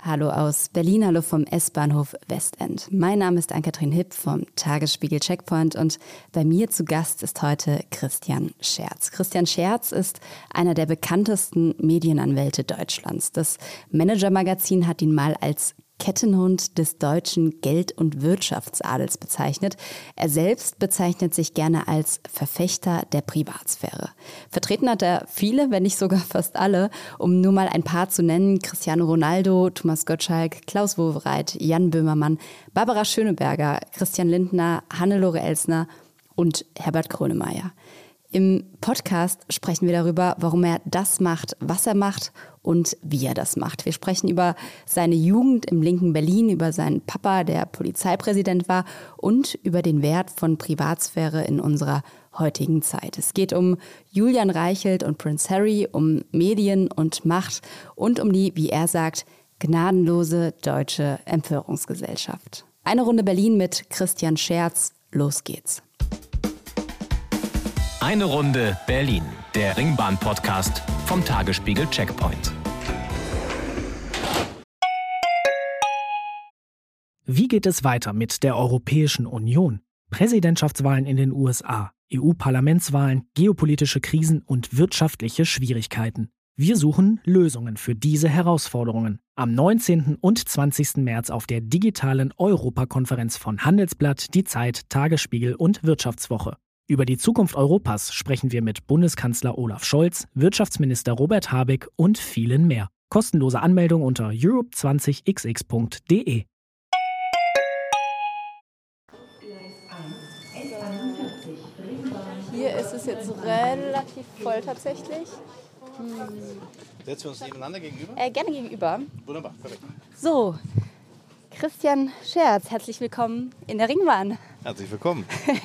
Hallo aus Berlin, hallo vom S-Bahnhof Westend. Mein Name ist Ann-Kathrin Hipp vom Tagesspiegel Checkpoint und bei mir zu Gast ist heute Christian Scherz. Christian Scherz ist einer der bekanntesten Medienanwälte Deutschlands. Das Manager-Magazin hat ihn mal als Kettenhund des deutschen Geld- und Wirtschaftsadels bezeichnet. Er selbst bezeichnet sich gerne als Verfechter der Privatsphäre. Vertreten hat er viele, wenn nicht sogar fast alle, um nur mal ein paar zu nennen: Cristiano Ronaldo, Thomas Gottschalk, Klaus Wowereit, Jan Böhmermann, Barbara Schöneberger, Christian Lindner, Hannelore Elsner und Herbert Grönemeyer. Im Podcast sprechen wir darüber, warum er das macht, was er macht und wie er das macht. Wir sprechen über seine Jugend im linken Berlin, über seinen Papa, der Polizeipräsident war, und über den Wert von Privatsphäre in unserer heutigen Zeit. Es geht um Julian Reichelt und Prince Harry, um Medien und Macht und um die, wie er sagt, gnadenlose deutsche Empörungsgesellschaft. Eine Runde Berlin mit Christian Scherz. Los geht's. Eine Runde Berlin, der Ringbahn-Podcast vom Tagesspiegel Checkpoint. Wie geht es weiter mit der Europäischen Union? Präsidentschaftswahlen in den USA, EU-Parlamentswahlen, geopolitische Krisen und wirtschaftliche Schwierigkeiten. Wir suchen Lösungen für diese Herausforderungen. Am 19. und 20. März auf der digitalen Europakonferenz von Handelsblatt, Die Zeit, Tagesspiegel und Wirtschaftswoche. Über die Zukunft Europas sprechen wir mit Bundeskanzler Olaf Scholz, Wirtschaftsminister Robert Habeck und vielen mehr. Kostenlose Anmeldung unter europe20xx.de. Hier ist es jetzt relativ voll tatsächlich. Setzen wir uns nebeneinander gegenüber? Gerne gegenüber. Wunderbar, perfekt. So, Christian Scherz, herzlich willkommen in der Ringbahn. Herzlich willkommen.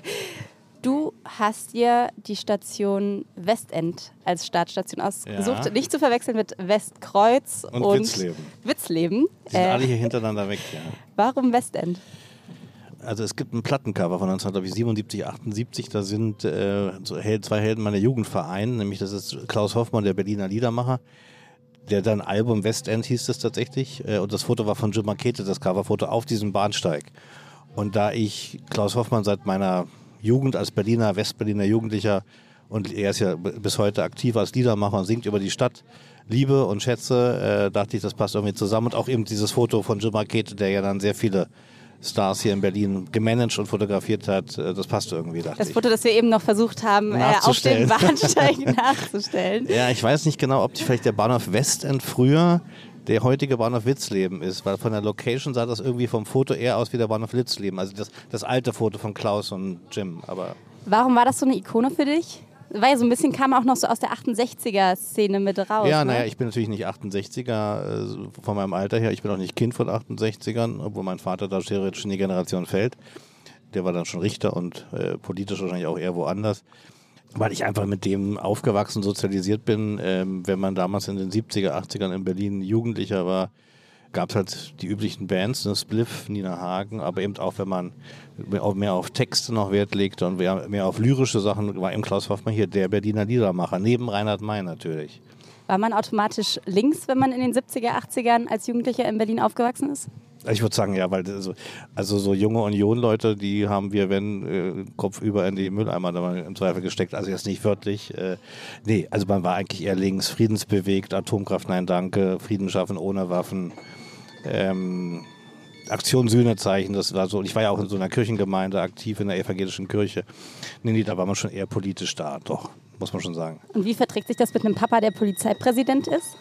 Du hast dir die Station Westend als Startstation ausgesucht. Ja. Nicht zu verwechseln mit Westkreuz und Witzleben. Die sind alle hier hintereinander weg. Ja. Warum Westend? Also es gibt ein Plattencover von 1977, 78. Da sind zwei Helden meiner Jugendverein. Nämlich das ist Klaus Hoffmann, der Berliner Liedermacher. Der dann Album Westend hieß es tatsächlich. Und das Foto war von Jim Marchete, das Coverfoto auf diesem Bahnsteig. Und da ich Klaus Hoffmann seit meiner Jugend als Westberliner Jugendlicher, und er ist ja bis heute aktiv als Liedermacher und singt über die Stadt, liebe und schätze, dachte ich, das passt irgendwie zusammen. Und auch eben dieses Foto von Jim Marchete, der ja dann sehr viele Stars hier in Berlin gemanagt und fotografiert hat, das passt irgendwie, dachte ich. Das Foto, das wir eben noch versucht haben, auf dem Bahnsteig nachzustellen. Ja, ich weiß nicht genau, ob vielleicht der Bahnhof Westend früher der heutige Bahnhof Witzleben ist, weil von der Location sah das irgendwie vom Foto eher aus wie der Bahnhof Witzleben, also das alte Foto von Klaus und Jim. Aber warum war das so eine Ikone für dich? War ja so ein bisschen, kam auch noch so aus der 68er-Szene mit raus. Ja, ne? naja, ich bin natürlich nicht 68er von meinem Alter her, ich bin auch nicht Kind von 68ern, obwohl mein Vater da theoretisch in die Generation fällt. Der war dann schon Richter und politisch wahrscheinlich auch eher woanders. Weil ich einfach mit dem aufgewachsen, sozialisiert bin. Wenn man damals in den 70er, 80ern in Berlin Jugendlicher war, gab es halt die üblichen Bands, ne, Spliff, Nina Hagen, aber eben auch, wenn man mehr auf Texte noch Wert legte und mehr auf lyrische Sachen, war eben Klaus Hoffmann hier der Berliner Liedermacher, neben Reinhard May natürlich. War man automatisch links, wenn man in den 70er, 80ern als Jugendlicher in Berlin aufgewachsen ist? Ich würde sagen, ja, weil also so junge Union-Leute, die haben wir, kopfüber in die Mülleimer da mal im Zweifel gesteckt. Also jetzt nicht wörtlich. Nee, also man war eigentlich eher links, friedensbewegt, Atomkraft, nein, danke, Frieden schaffen ohne Waffen, Aktion Sühnezeichen, das war so. Ich war ja auch in so einer Kirchengemeinde aktiv, in der evangelischen Kirche. Nee, da war man schon eher politisch da, doch, muss man schon sagen. Und wie verträgt sich das mit einem Papa, der Polizeipräsident ist?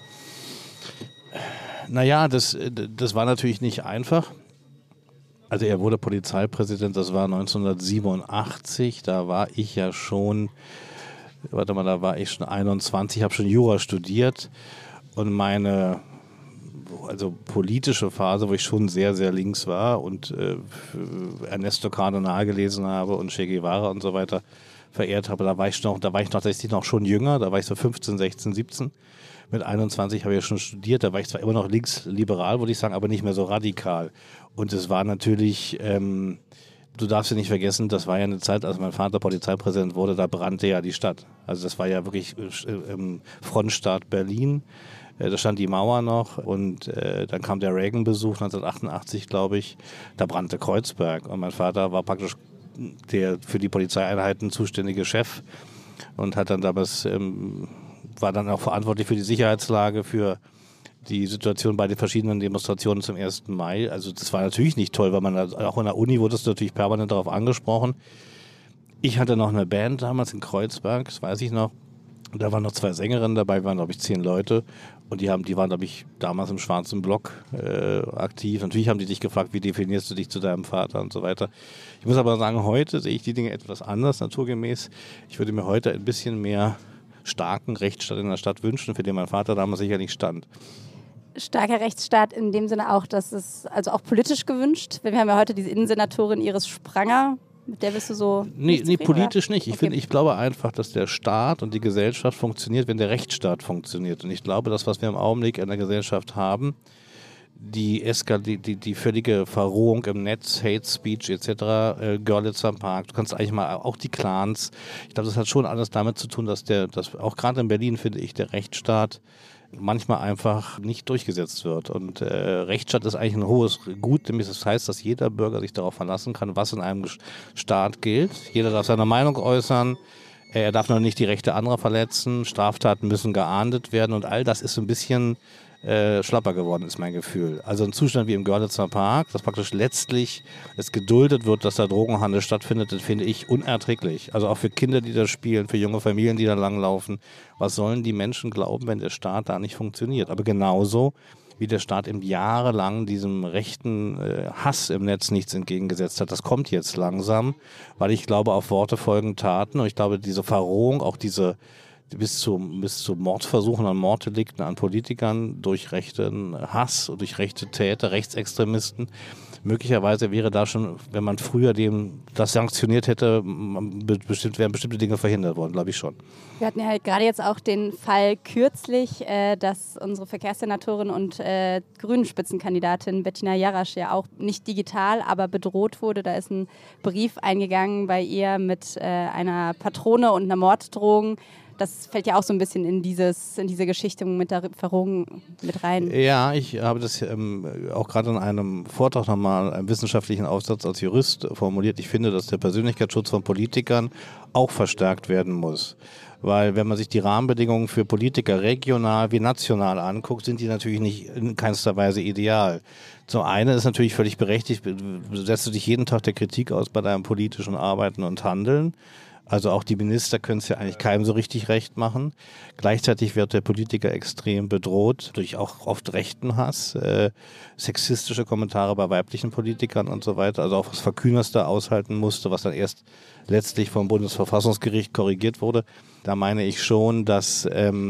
Naja, das war natürlich nicht einfach. Also er wurde Polizeipräsident, das war 1987, da war ich ja schon, da war ich schon 21, habe schon Jura studiert und meine politische Phase, wo ich schon sehr, sehr links war und Ernesto Cardenal gelesen habe und Che Guevara und so weiter verehrt habe, da war ich tatsächlich noch schon jünger, da war ich so 15, 16, 17. Mit 21 habe ich ja schon studiert, da war ich zwar immer noch linksliberal, würde ich sagen, aber nicht mehr so radikal. Und es war natürlich, du darfst ja nicht vergessen, das war ja eine Zeit, als mein Vater Polizeipräsident wurde, da brannte ja die Stadt. Also das war ja wirklich Frontstaat Berlin. Da stand die Mauer noch und dann kam der Reagan-Besuch 1988, glaube ich. Da brannte Kreuzberg und mein Vater war praktisch der für die Polizeieinheiten zuständige Chef und hat dann damals, war dann auch verantwortlich für die Sicherheitslage, für die Situation bei den verschiedenen Demonstrationen zum 1. Mai. Also das war natürlich nicht toll, weil man auch in der Uni wurde es natürlich permanent darauf angesprochen. Ich hatte noch eine Band damals in Kreuzberg, das weiß ich noch. Da waren noch 2 Sängerinnen dabei, waren glaube ich 10 Leute und die waren glaube ich damals im Schwarzen Block aktiv. Natürlich haben die dich gefragt, wie definierst du dich zu deinem Vater und so weiter. Ich muss aber sagen, heute sehe ich die Dinge etwas anders, naturgemäß. Ich würde mir heute ein bisschen mehr starken Rechtsstaat in der Stadt wünschen, für den mein Vater damals sicherlich stand. Starker Rechtsstaat in dem Sinne auch, dass es also auch politisch gewünscht. Wir haben ja heute diese Innensenatorin Iris Spranger. Mit der bist du so. Nee, politisch nicht. Ich glaube einfach, dass der Staat und die Gesellschaft funktioniert, wenn der Rechtsstaat funktioniert. Und ich glaube, das, was wir im Augenblick in der Gesellschaft haben, die völlige Verrohung im Netz, Hate Speech etc., Görlitzer Park, du kannst eigentlich mal auch die Clans. Ich glaube, das hat schon alles damit zu tun, dass auch gerade in Berlin, finde ich, der Rechtsstaat manchmal einfach nicht durchgesetzt wird. Und Rechtsstaat ist eigentlich ein hohes Gut, nämlich das heißt, dass jeder Bürger sich darauf verlassen kann, was in einem Staat gilt. Jeder darf seine Meinung äußern, er darf noch nicht die Rechte anderer verletzen, Straftaten müssen geahndet werden und all das ist so ein bisschen schlapper geworden, ist mein Gefühl. Also ein Zustand wie im Görlitzer Park, dass praktisch letztlich es geduldet wird, dass da Drogenhandel stattfindet, das finde ich unerträglich. Also auch für Kinder, die da spielen, für junge Familien, die da langlaufen. Was sollen die Menschen glauben, wenn der Staat da nicht funktioniert? Aber genauso wie der Staat eben jahrelang diesem rechten Hass im Netz nichts entgegengesetzt hat. Das kommt jetzt langsam, weil ich glaube, auf Worte folgen Taten. Und ich glaube, diese Verrohung, auch diese bis zu Mordversuchen an Morddelikten an Politikern durch rechten Hass und durch rechte Täter, Rechtsextremisten. Möglicherweise wäre da schon, wenn man früher das sanktioniert hätte, wären bestimmte Dinge verhindert worden, glaube ich schon. Wir hatten ja gerade jetzt auch den Fall kürzlich, dass unsere Verkehrssenatorin und Grünen-Spitzenkandidatin Bettina Jarasch ja auch nicht digital, aber bedroht wurde. Da ist ein Brief eingegangen bei ihr mit einer Patrone und einer Morddrohung. Das fällt ja auch so ein bisschen in diese Geschichte mit der Verrohung mit rein. Ja, ich habe das auch gerade in einem Vortrag nochmal, einem wissenschaftlichen Aufsatz als Jurist formuliert. Ich finde, dass der Persönlichkeitsschutz von Politikern auch verstärkt werden muss. Weil wenn man sich die Rahmenbedingungen für Politiker regional wie national anguckt, sind die natürlich nicht in keinster Weise ideal. Zum einen ist natürlich völlig berechtigt, setzt du dich jeden Tag der Kritik aus bei deinem politischen Arbeiten und Handeln. Also auch die Minister können es ja eigentlich keinem so richtig recht machen. Gleichzeitig wird der Politiker extrem bedroht durch auch oft rechten Hass, sexistische Kommentare bei weiblichen Politikern und so weiter. Also auch was Verkühnerste aushalten musste, was dann erst letztlich vom Bundesverfassungsgericht korrigiert wurde. Da meine ich schon, dass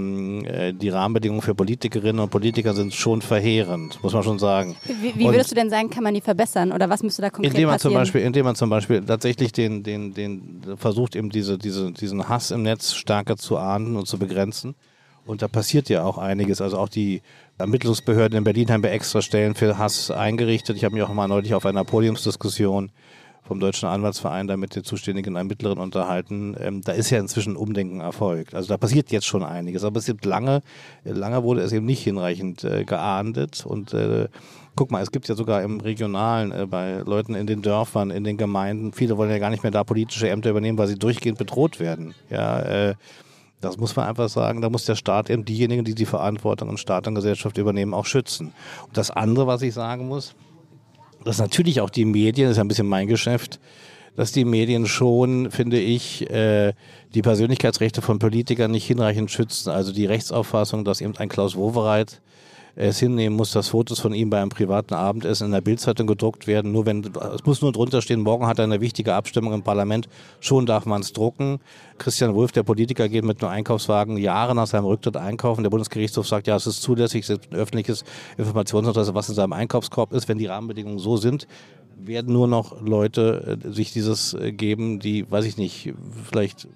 die Rahmenbedingungen für Politikerinnen und Politiker sind schon verheerend, muss man schon sagen. Wie würdest du denn sagen, kann man die verbessern oder was müsste da konkret passieren? Indem man zum Beispiel tatsächlich den versucht, eben diesen Hass im Netz stärker zu ahnden und zu begrenzen. Und da passiert ja auch einiges. Also auch die Ermittlungsbehörden in Berlin haben ja extra Stellen für Hass eingerichtet. Ich habe mich auch mal neulich auf einer Podiumsdiskussion vom Deutschen Anwaltsverein da mit den zuständigen Ermittlern unterhalten. Da ist ja inzwischen Umdenken erfolgt. Also da passiert jetzt schon einiges. Aber es gibt lange wurde es eben nicht hinreichend geahndet. Und guck mal, es gibt ja sogar im Regionalen, bei Leuten in den Dörfern, in den Gemeinden, viele wollen ja gar nicht mehr da politische Ämter übernehmen, weil sie durchgehend bedroht werden. Ja, das muss man einfach sagen, da muss der Staat eben diejenigen, die Verantwortung in Staat und Gesellschaft übernehmen, auch schützen. Und das andere, was ich sagen muss, dass natürlich auch die Medien, das ist ja ein bisschen mein Geschäft, dass die Medien schon, finde ich, die Persönlichkeitsrechte von Politikern nicht hinreichend schützen. Also die Rechtsauffassung, dass eben ein Klaus Wowereit es hinnehmen muss, dass Fotos von ihm bei einem privaten Abendessen in der Bild-Zeitung gedruckt werden. Es muss nur drunter stehen, morgen hat er eine wichtige Abstimmung im Parlament, schon darf man es drucken. Christian Wulff, der Politiker, geht mit einem Einkaufswagen Jahre nach seinem Rücktritt einkaufen. Der Bundesgerichtshof sagt, ja, es ist zulässig, es ist ein öffentliches Informationsinteresse, was in seinem Einkaufskorb ist. Wenn die Rahmenbedingungen so sind, werden nur noch Leute sich dieses geben, die, weiß ich nicht, vielleicht...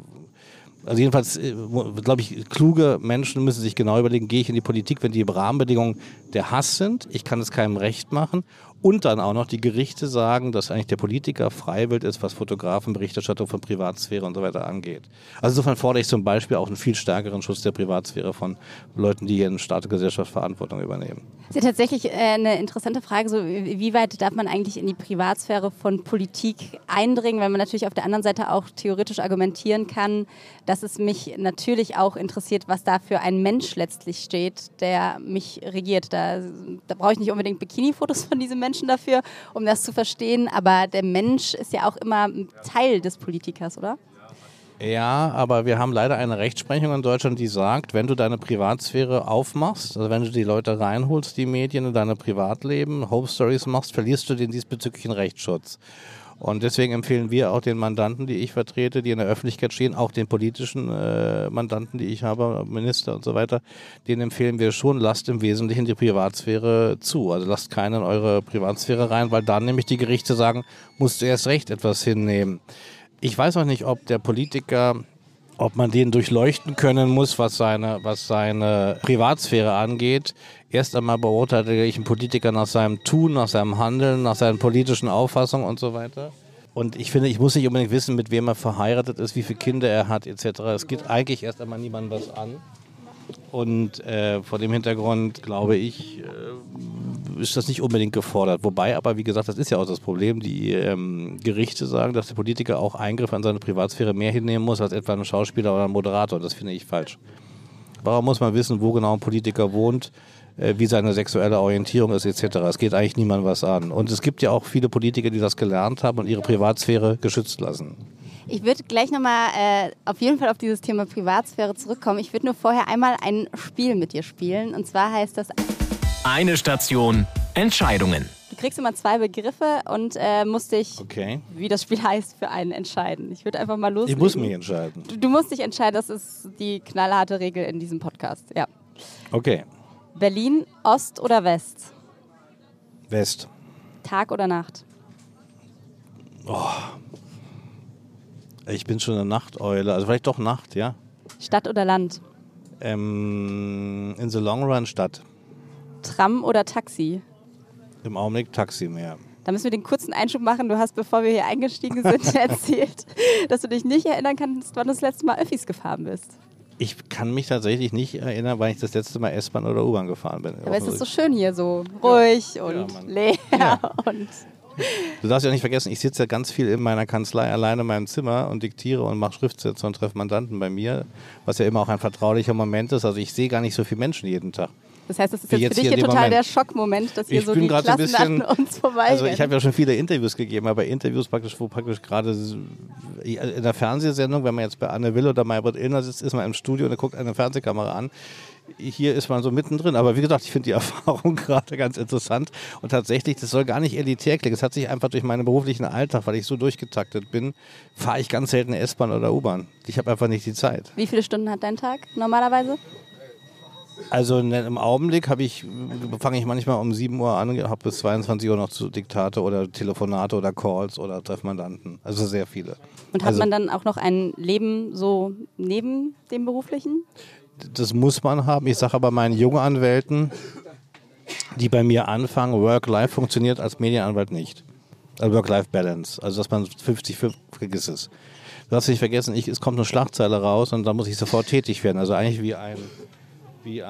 Also jedenfalls, glaube ich, kluge Menschen müssen sich genau überlegen, gehe ich in die Politik, wenn die Rahmenbedingungen der Hass sind, ich kann es keinem recht machen, Und dann auch noch die Gerichte sagen, dass eigentlich der Politiker freiwillig ist, was Fotografen, Berichterstattung von Privatsphäre und so weiter angeht. Also insofern fordere ich zum Beispiel auch einen viel stärkeren Schutz der Privatsphäre von Leuten, die hier in Staat und Gesellschaft Verantwortung übernehmen. Das ist ja tatsächlich eine interessante Frage, so wie weit darf man eigentlich in die Privatsphäre von Politik eindringen, weil man natürlich auf der anderen Seite auch theoretisch argumentieren kann, dass es mich natürlich auch interessiert, was da für ein Mensch letztlich steht, der mich regiert. Da brauche ich nicht unbedingt Bikini-Fotos von diesem Menschen dafür, um das zu verstehen, aber der Mensch ist ja auch immer Teil des Politikers, oder? Ja, aber wir haben leider eine Rechtsprechung in Deutschland, die sagt, wenn du deine Privatsphäre aufmachst, also wenn du die Leute reinholst, die Medien in dein Privatleben, Home Stories machst, verlierst du den diesbezüglichen Rechtsschutz. Und deswegen empfehlen wir auch den Mandanten, die ich vertrete, die in der Öffentlichkeit stehen, auch den politischen Mandanten, die ich habe, Minister und so weiter, denen empfehlen wir schon, lasst im Wesentlichen die Privatsphäre zu. Also lasst keinen in eure Privatsphäre rein, weil dann nämlich die Gerichte sagen, musst du erst recht etwas hinnehmen. Ich weiß auch nicht, ob der Politiker, ob man den durchleuchten können muss, was seine Privatsphäre angeht. Erst einmal beurteile ich einen Politiker nach seinem Tun, nach seinem Handeln, nach seinen politischen Auffassungen und so weiter. Und ich finde, ich muss nicht unbedingt wissen, mit wem er verheiratet ist, wie viele Kinder er hat etc. Es geht eigentlich erst einmal niemandem was an. Und vor dem Hintergrund, glaube ich, ist das nicht unbedingt gefordert. Wobei aber, wie gesagt, das ist ja auch das Problem, die Gerichte sagen, dass der Politiker auch Eingriffe an seine Privatsphäre mehr hinnehmen muss als etwa ein Schauspieler oder ein Moderator. Das finde ich falsch. Warum muss man wissen, wo genau ein Politiker wohnt, wie seine sexuelle Orientierung ist etc. Es geht eigentlich niemandem was an. Und es gibt ja auch viele Politiker, die das gelernt haben und ihre Privatsphäre geschützt lassen. Ich würde gleich nochmal auf jeden Fall auf dieses Thema Privatsphäre zurückkommen. Ich würde nur vorher einmal ein Spiel mit dir spielen. Und zwar heißt das... Eine Station, Entscheidungen. Du kriegst immer 2 Begriffe und musst dich, Okay. wie das Spiel heißt, für einen entscheiden. Ich würde einfach mal loslegen. Ich muss mich entscheiden. Du musst dich entscheiden, das ist die knallharte Regel in diesem Podcast. Ja. Okay. Berlin, Ost oder West? West. Tag oder Nacht? Ich bin schon eine Nachteule. Also vielleicht doch Nacht, ja. Stadt oder Land? In the long run Stadt. Tram oder Taxi? Im Augenblick Taxi mehr. Da müssen wir den kurzen Einschub machen. Du hast, bevor wir hier eingestiegen sind, erzählt, dass du dich nicht erinnern kannst, wann du das letzte Mal Öffis gefahren bist. Ich kann mich tatsächlich nicht erinnern, wann ich das letzte Mal S-Bahn oder U-Bahn gefahren bin. Aber es ist so schön hier, so ruhig und leer. Ja. Und Du darfst ja nicht vergessen, ich sitze ja ganz viel in meiner Kanzlei alleine in meinem Zimmer und diktiere und mache Schriftsätze und treffe Mandanten bei mir, was ja immer auch ein vertraulicher Moment ist. Also ich sehe gar nicht so viele Menschen jeden Tag. das heißt, das ist Wie jetzt für dich jetzt hier hier in dem total Moment. der Schockmoment, dass hier Ich so bin die gerade ein Klassen bisschen- an uns vorbei Also ich habe ja schon viele Interviews gegeben, aber Interviews wo praktisch gerade in der Fernsehsendung, wenn man jetzt bei Anne Will oder Maybrit Illner sitzt, ist man im Studio und guckt eine Fernsehkamera an. Hier ist man so mittendrin, aber wie gesagt, ich finde die Erfahrung gerade ganz interessant und tatsächlich, das soll gar nicht elitär klingen, es hat sich einfach durch meinen beruflichen Alltag, weil ich so durchgetaktet bin, fahre ich ganz selten S-Bahn oder U-Bahn. Ich habe einfach nicht die Zeit. Wie viele Stunden hat dein Tag normalerweise? Also im Augenblick fange ich manchmal um 7 Uhr an, habe bis 22 Uhr noch zu Diktate oder Telefonate oder Calls oder treffe Mandanten. Also sehr viele. Und hat man dann auch noch ein Leben so neben dem beruflichen? Das muss man haben. Ich sage aber meinen jungen Anwälten, die bei mir anfangen, Work-Life funktioniert als Medienanwalt nicht. Also Work-Life-Balance. Also dass man 50-50, vergiss es. Du darfst nicht vergessen, es kommt eine Schlagzeile raus und dann muss ich sofort tätig werden. Also eigentlich hier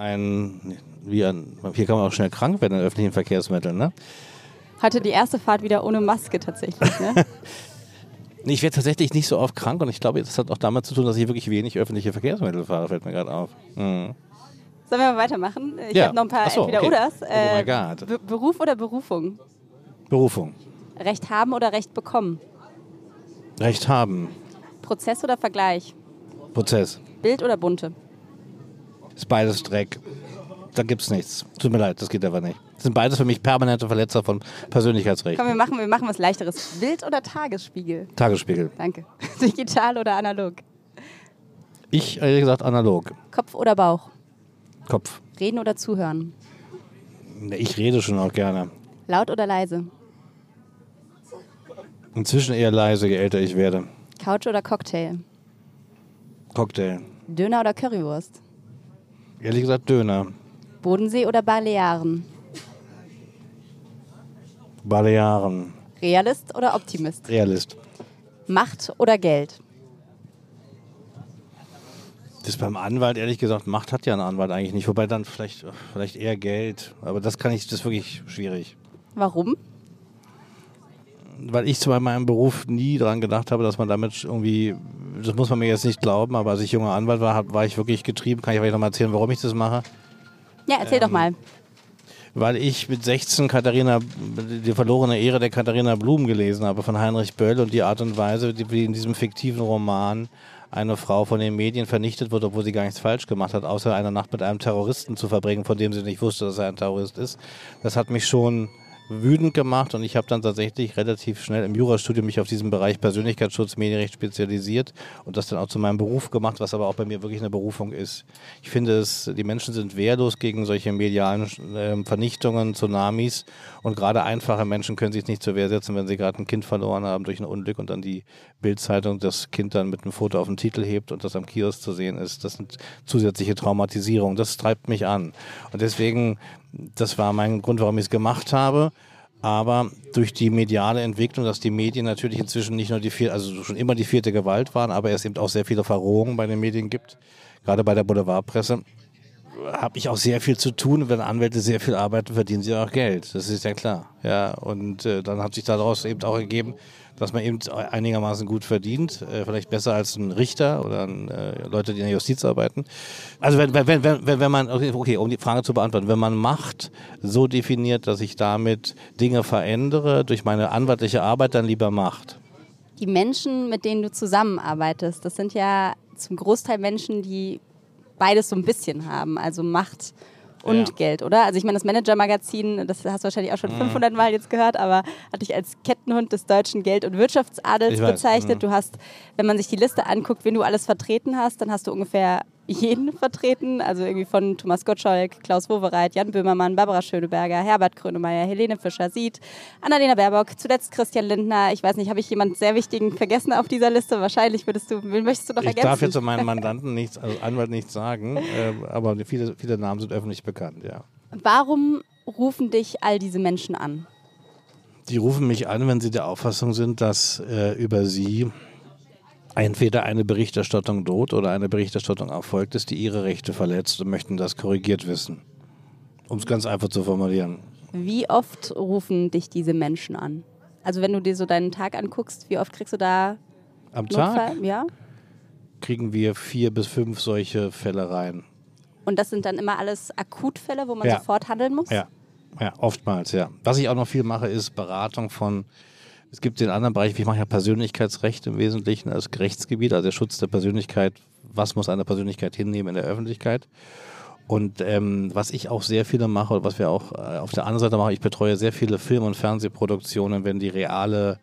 kann man auch schnell krank werden in öffentlichen Verkehrsmitteln, ne? Hatte die erste Fahrt wieder ohne Maske tatsächlich, ne? Ich werde tatsächlich nicht so oft krank und ich glaube, das hat auch damit zu tun, dass ich wirklich wenig öffentliche Verkehrsmittel fahre, fällt mir gerade auf. Mhm. Sollen wir mal weitermachen? Ich Ja. habe noch ein paar Ach so, Entweder-Oders. Oh my God. Beruf oder Berufung? Berufung. Recht haben oder Recht bekommen? Recht haben. Prozess oder Vergleich? Prozess. Bild oder bunte? Ist beides Dreck. Da gibt's nichts. Tut mir leid, das geht aber nicht. Das sind beides für mich permanente Verletzer von Persönlichkeitsrechten. Komm, wir machen was Leichteres. Bild oder Tagesspiegel? Tagesspiegel. Danke. Digital oder analog? Ich, ehrlich gesagt, analog. Kopf oder Bauch? Kopf. Reden oder zuhören? Ich rede schon auch gerne. Laut oder leise? Inzwischen eher leise, je älter ich werde. Couch oder Cocktail? Cocktail. Döner oder Currywurst? Ehrlich gesagt, Döner. Bodensee oder Balearen? Balearen. Realist oder Optimist? Realist. Macht oder Geld? Das ist beim Anwalt, ehrlich gesagt, Macht hat ja ein Anwalt eigentlich nicht. Wobei dann vielleicht eher Geld. Aber das ist wirklich schwierig. Warum? Weil ich zu meinem Beruf nie daran gedacht habe, dass man damit irgendwie, das muss man mir jetzt nicht glauben, aber als ich junger Anwalt war ich wirklich getrieben. Kann ich vielleicht noch mal erzählen, warum ich das mache? Ja, erzähl doch mal. Weil ich mit 16 die verlorene Ehre der Katharina Blum gelesen habe von Heinrich Böll und die Art und Weise, wie in diesem fiktiven Roman eine Frau von den Medien vernichtet wird, obwohl sie gar nichts falsch gemacht hat, außer eine Nacht mit einem Terroristen zu verbringen, von dem sie nicht wusste, dass er ein Terrorist ist. Das hat mich schon wütend gemacht und ich habe dann tatsächlich relativ schnell im Jurastudium mich auf diesen Bereich Persönlichkeitsschutz, Medienrecht spezialisiert und das dann auch zu meinem Beruf gemacht, was aber auch bei mir wirklich eine Berufung ist. Ich finde die Menschen sind wehrlos gegen solche medialen Vernichtungen, Tsunamis und gerade einfache Menschen können sich nicht zur Wehr setzen, wenn sie gerade ein Kind verloren haben durch ein Unglück und dann die Bild-Zeitung das Kind dann mit einem Foto auf den Titel hebt und das am Kiosk zu sehen ist. Das sind zusätzliche Traumatisierungen. Das treibt mich an. Und deswegen, das war mein Grund, warum ich es gemacht habe. Aber durch die mediale Entwicklung, dass die Medien natürlich inzwischen nicht nur schon immer die vierte Gewalt waren, aber es eben auch sehr viele Verrohungen bei den Medien gibt, gerade bei der Boulevardpresse, habe ich auch sehr viel zu tun. Wenn Anwälte sehr viel arbeiten, verdienen sie auch Geld. Das ist ja klar. Ja, und dann hat sich daraus eben auch ergeben, dass man eben einigermaßen gut verdient, vielleicht besser als ein Richter oder Leute, die in der Justiz arbeiten. Also wenn man, okay, um die Frage zu beantworten, wenn man Macht so definiert, dass ich damit Dinge verändere, durch meine anwaltliche Arbeit dann lieber Macht. Die Menschen, mit denen du zusammenarbeitest, das sind ja zum Großteil Menschen, die beides so ein bisschen haben, also Macht und Geld, oder? Also ich meine, das Manager-Magazin, das hast du wahrscheinlich auch schon 500 Mal jetzt gehört, aber hat dich als Kettenhund des deutschen Geld- und Wirtschaftsadels bezeichnet. Du hast, wenn man sich die Liste anguckt, wen du alles vertreten hast, dann hast du ungefähr jeden vertreten, also irgendwie von Thomas Gottschalk, Klaus Wowereit, Jan Böhmermann, Barbara Schöneberger, Herbert Grönemeyer, Helene Fischer-Sied, Annalena Baerbock, zuletzt Christian Lindner. Ich weiß nicht, habe ich jemanden sehr Wichtigen vergessen auf dieser Liste? Wahrscheinlich möchtest du noch ergänzen? Ich darf jetzt zu meinen Mandanten Anwalt nichts sagen, aber viele Namen sind öffentlich bekannt, ja. Warum rufen dich all diese Menschen an? Die rufen mich an, wenn sie der Auffassung sind, dass über sie entweder eine Berichterstattung droht oder eine Berichterstattung erfolgt ist, die ihre Rechte verletzt und möchten das korrigiert wissen. Um es ganz einfach zu formulieren. Wie oft rufen dich diese Menschen an? Also wenn du dir so deinen Tag anguckst, wie oft kriegst du da am Notfall? Tag? Ja. Kriegen wir 4 bis 5 solche Fälle rein. Und das sind dann immer alles Akutfälle, wo man sofort handeln muss? Ja, oftmals, ja. Was ich auch noch viel mache, ist Beratung von. Es gibt den anderen Bereich, ich mache ja Persönlichkeitsrecht im Wesentlichen als Rechtsgebiet, also der Schutz der Persönlichkeit. Was muss eine Persönlichkeit hinnehmen in der Öffentlichkeit? Und was ich auch sehr viele mache, und was wir auch auf der anderen Seite machen, ich betreue sehr viele Film- und Fernsehproduktionen, wenn die reale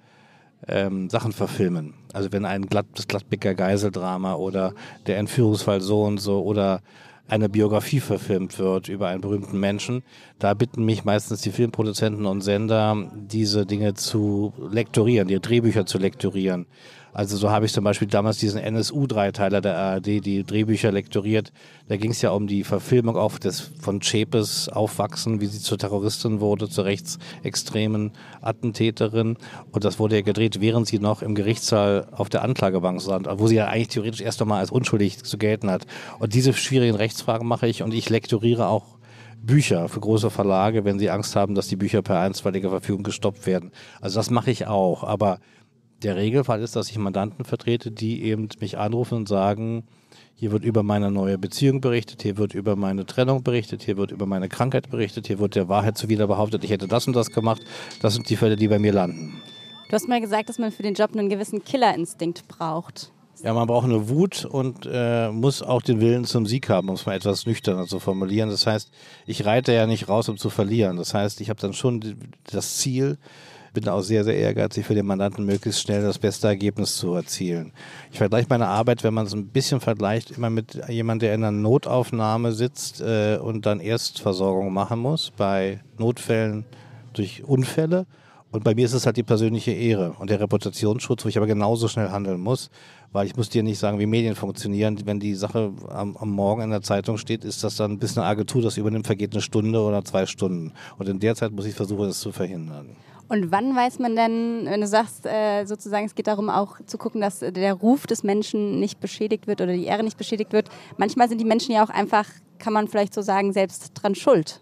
Sachen verfilmen. Also wenn das Gladbecker Geiseldrama oder der Entführungsfall so und so oder eine Biografie verfilmt wird über einen berühmten Menschen, da bitten mich meistens die Filmproduzenten und Sender, diese Dinge zu lektorieren, die Drehbücher zu lektorieren. Also so habe ich zum Beispiel damals diesen NSU-Dreiteiler der ARD, die Drehbücher lektoriert. Da ging es ja um die Verfilmung auch von Zschäpes Aufwachsen, wie sie zur Terroristin wurde, zur rechtsextremen Attentäterin. Und das wurde ja gedreht, während sie noch im Gerichtssaal auf der Anklagebank stand, wo sie ja eigentlich theoretisch erst einmal als unschuldig zu gelten hat. Und diese schwierigen Rechtsfragen mache ich und ich lektoriere auch Bücher für große Verlage, wenn sie Angst haben, dass die Bücher per einstweiliger Verfügung gestoppt werden. Also das mache ich auch, aber der Regelfall ist, dass ich Mandanten vertrete, die eben mich anrufen und sagen, hier wird über meine neue Beziehung berichtet, hier wird über meine Trennung berichtet, hier wird über meine Krankheit berichtet, hier wird der Wahrheit zuwider behauptet, ich hätte das und das gemacht. Das sind die Fälle, die bei mir landen. Du hast mal gesagt, dass man für den Job einen gewissen Killerinstinkt braucht. Ja, man braucht eine Wut und muss auch den Willen zum Sieg haben, um es mal etwas nüchterner zu formulieren. Das heißt, ich reite ja nicht raus, um zu verlieren. Das heißt, ich habe dann schon das Ziel, bin auch sehr, sehr ehrgeizig für den Mandanten, möglichst schnell das beste Ergebnis zu erzielen. Ich vergleiche meine Arbeit, wenn man es ein bisschen vergleicht, immer mit jemandem, der in einer Notaufnahme sitzt und dann Erstversorgung machen muss bei Notfällen durch Unfälle. Und bei mir ist es halt die persönliche Ehre und der Reputationsschutz, wo ich aber genauso schnell handeln muss, weil ich muss dir nicht sagen, wie Medien funktionieren. Wenn die Sache am Morgen in der Zeitung steht, ist das dann, bis eine Agentur das übernimmt, vergeht 1 Stunde oder 2 Stunden. Und in der Zeit muss ich versuchen, das zu verhindern. Und wann weiß man denn, wenn du sagst, sozusagen, es geht darum auch zu gucken, dass der Ruf des Menschen nicht beschädigt wird oder die Ehre nicht beschädigt wird. Manchmal sind die Menschen ja auch einfach, kann man vielleicht so sagen, selbst dran schuld.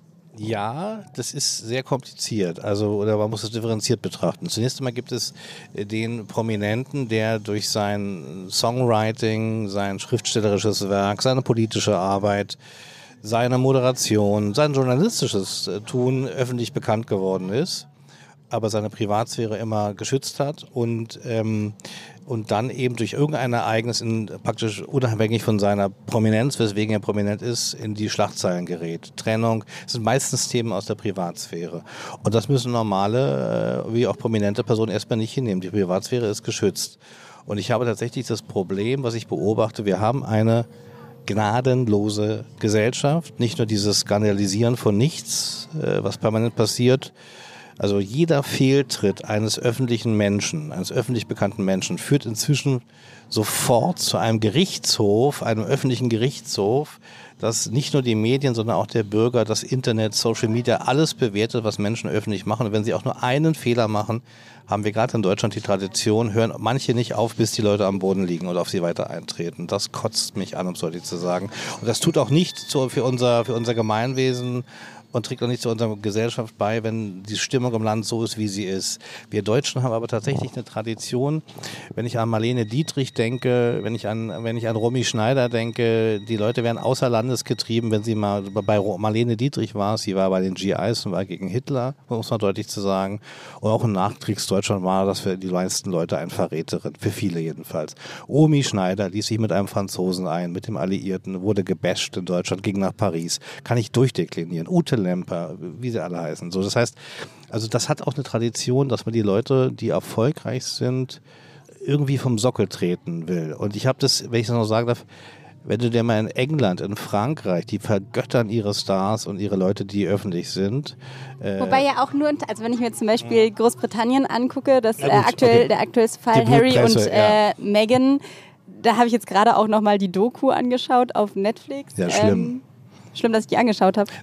Ja, das ist sehr kompliziert. Oder man muss es differenziert betrachten. Zunächst einmal gibt es den Prominenten, der durch sein Songwriting, sein schriftstellerisches Werk, seine politische Arbeit, seine Moderation, sein journalistisches Tun öffentlich bekannt geworden ist, aber seine Privatsphäre immer geschützt hat und dann eben durch irgendein Ereignis praktisch unabhängig von seiner Prominenz, weswegen er prominent ist, in die Schlagzeilen gerät. Trennung, das sind meistens Themen aus der Privatsphäre. Und das müssen normale, wie auch prominente Personen erstmal nicht hinnehmen. Die Privatsphäre ist geschützt. Und ich habe tatsächlich das Problem, was ich beobachte, wir haben eine gnadenlose Gesellschaft, nicht nur dieses Skandalisieren von nichts, was permanent passiert. Also jeder Fehltritt eines öffentlichen Menschen, eines öffentlich bekannten Menschen, führt inzwischen sofort zu einem Gerichtshof, einem öffentlichen Gerichtshof, das nicht nur die Medien, sondern auch der Bürger, das Internet, Social Media, alles bewertet, was Menschen öffentlich machen. Und wenn sie auch nur einen Fehler machen, haben wir gerade in Deutschland die Tradition, hören manche nicht auf, bis die Leute am Boden liegen oder auf sie weiter eintreten. Das kotzt mich an, um es deutlich zu sagen. Und das tut auch nicht für unser Gemeinwesen und trägt auch nicht zu unserer Gesellschaft bei, wenn die Stimmung im Land so ist, wie sie ist. Wir Deutschen haben aber tatsächlich eine Tradition. Wenn ich an Marlene Dietrich denke, wenn ich an Romy Schneider denke, die Leute werden außer Landes getrieben, wenn sie mal bei Marlene Dietrich war. Sie war bei den GIs und war gegen Hitler, muss man deutlich zu sagen. Und auch im Nachkriegsdeutschland war das für die meisten Leute eine Verräterin, für viele jedenfalls. Romy Schneider ließ sich mit einem Franzosen ein, mit dem Alliierten, wurde gebasht in Deutschland, ging nach Paris. Kann ich durchdeklinieren. Ute Lemper, wie sie alle heißen. So, das heißt, also das hat auch eine Tradition, dass man die Leute, die erfolgreich sind, irgendwie vom Sockel treten will. Und ich habe das, wenn ich das noch sagen darf, wenn du dir mal in England, in Frankreich, die vergöttern ihre Stars und ihre Leute, die öffentlich sind. Wobei ja auch nur, also wenn ich mir zum Beispiel Großbritannien angucke, der aktuellste Fall Harry und Meghan, da habe ich jetzt gerade auch nochmal die Doku angeschaut auf Netflix. Ja, schlimm. Schlimm, dass ich die angeschaut habe.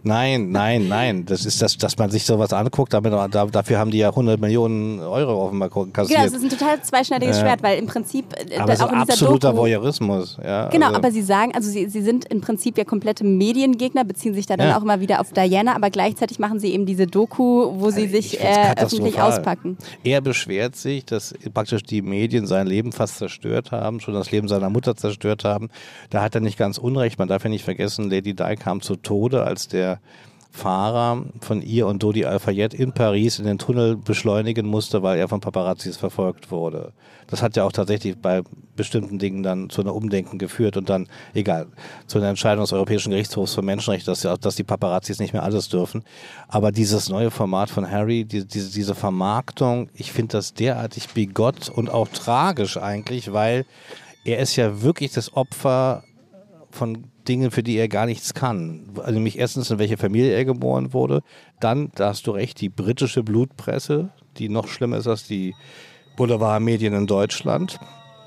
Nein. Das ist das, dass man sich sowas anguckt. Dafür haben die ja 100 Millionen Euro offenbar kassiert. Genau, das ist ein total zweischneidiges Schwert, weil im Prinzip aber auch in absoluter Doku, Voyeurismus. Ja, genau, aber sie sagen, also sie sind im Prinzip ja komplette Mediengegner, beziehen sich da dann auch immer wieder auf Diana, aber gleichzeitig machen sie eben diese Doku, wo sie sich öffentlich auspacken. Er beschwert sich, dass praktisch die Medien sein Leben fast zerstört haben, schon das Leben seiner Mutter zerstört haben. Da hat er nicht ganz unrecht. Man darf ja nicht vergessen, Lady Di kam zu Tode, als der Fahrer von ihr und Dodi Al-Fayed in Paris in den Tunnel beschleunigen musste, weil er von Paparazzis verfolgt wurde. Das hat ja auch tatsächlich bei bestimmten Dingen dann zu einem Umdenken geführt und dann, zu einer Entscheidung des Europäischen Gerichtshofs für Menschenrechte, dass die Paparazzis nicht mehr alles dürfen. Aber dieses neue Format von Harry, diese Vermarktung, ich finde das derartig bigott und auch tragisch eigentlich, weil er ist ja wirklich das Opfer von Dingen, für die er gar nichts kann. Also nämlich erstens, in welche Familie er geboren wurde. Dann, da hast du recht, die britische Blutpresse, die noch schlimmer ist als die Boulevardmedien in Deutschland.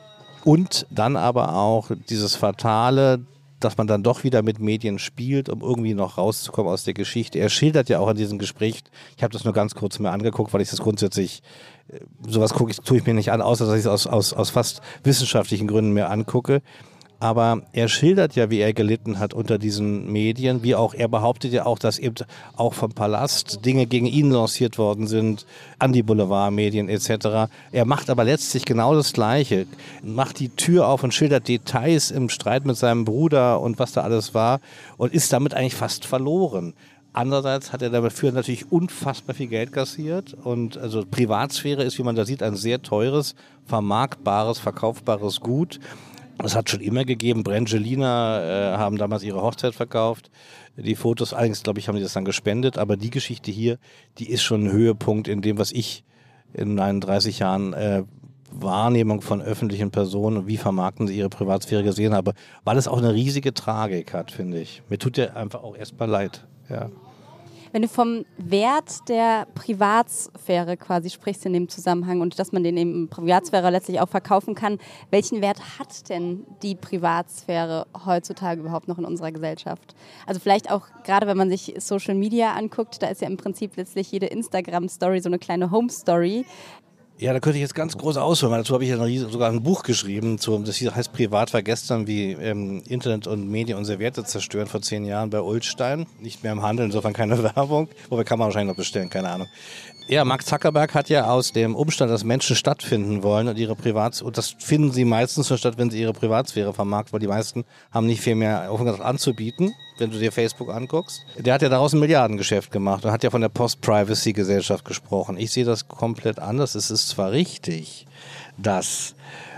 Und dann aber auch dieses Fatale, dass man dann doch wieder mit Medien spielt, um irgendwie noch rauszukommen aus der Geschichte. Er schildert ja auch in diesem Gespräch, ich habe das nur ganz kurz mir angeguckt, weil ich das grundsätzlich, sowas tue ich mir nicht an, außer dass ich es aus fast wissenschaftlichen Gründen mir angucke. Aber er schildert ja, wie er gelitten hat unter diesen Medien, wie auch, er behauptet ja auch, dass eben auch vom Palast Dinge gegen ihn lanciert worden sind, an die Boulevardmedien etc. Er macht aber letztlich genau das Gleiche, macht die Tür auf und schildert Details im Streit mit seinem Bruder und was da alles war und ist damit eigentlich fast verloren. Andererseits hat er dafür natürlich unfassbar viel Geld kassiert und also Privatsphäre ist, wie man da sieht, ein sehr teures, vermarktbares, verkaufbares Gut. Es hat schon immer gegeben. Brangelina haben damals ihre Hochzeit verkauft. Die Fotos, allerdings glaube ich, haben die das dann gespendet. Aber die Geschichte hier, die ist schon ein Höhepunkt in dem, was ich in meinen 30 Jahren Wahrnehmung von öffentlichen Personen und wie vermarkten sie ihre Privatsphäre gesehen habe, weil es auch eine riesige Tragik hat, finde ich. Mir tut der einfach auch erstmal leid. Ja. Wenn du vom Wert der Privatsphäre quasi sprichst in dem Zusammenhang und dass man den eben Privatsphäre letztlich auch verkaufen kann, welchen Wert hat denn die Privatsphäre heutzutage überhaupt noch in unserer Gesellschaft? Also vielleicht auch gerade, wenn man sich Social Media anguckt, da ist ja im Prinzip letztlich jede Instagram-Story so eine kleine Home-Story. Ja, da könnte ich jetzt ganz groß ausholen, weil dazu habe ich ja sogar ein Buch geschrieben, das heißt Privat war gestern, wie Internet und Medien unsere Werte zerstören, vor 10 Jahren bei Ullstein. Nicht mehr im Handel, insofern keine Werbung, wobei kann man wahrscheinlich noch bestellen, keine Ahnung. Ja, Mark Zuckerberg hat ja aus dem Umstand, dass Menschen stattfinden wollen und das finden sie meistens nur statt, wenn sie ihre Privatsphäre vermarkten, weil die meisten haben nicht viel mehr anzubieten, wenn du dir Facebook anguckst. Der hat ja daraus ein Milliardengeschäft gemacht und hat ja von der Post-Privacy-Gesellschaft gesprochen. Ich sehe das komplett anders. Es ist zwar richtig, dass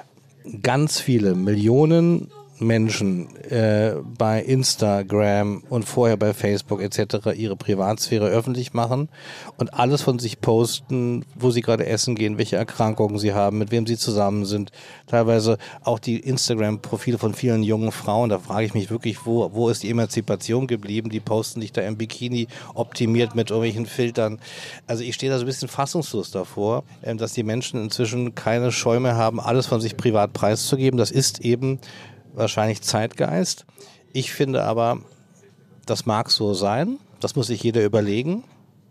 ganz viele Millionen Menschen bei Instagram und vorher bei Facebook etc. ihre Privatsphäre öffentlich machen und alles von sich posten, wo sie gerade essen gehen, welche Erkrankungen sie haben, mit wem sie zusammen sind. Teilweise auch die Instagram-Profile von vielen jungen Frauen, da frage ich mich wirklich, wo ist die Emanzipation geblieben? Die posten sich da im Bikini optimiert mit irgendwelchen Filtern. Also ich stehe da so ein bisschen fassungslos davor, dass die Menschen inzwischen keine Scheu mehr haben, alles von sich privat preiszugeben. Das ist eben wahrscheinlich Zeitgeist. Ich finde aber, das mag so sein. Das muss sich jeder überlegen.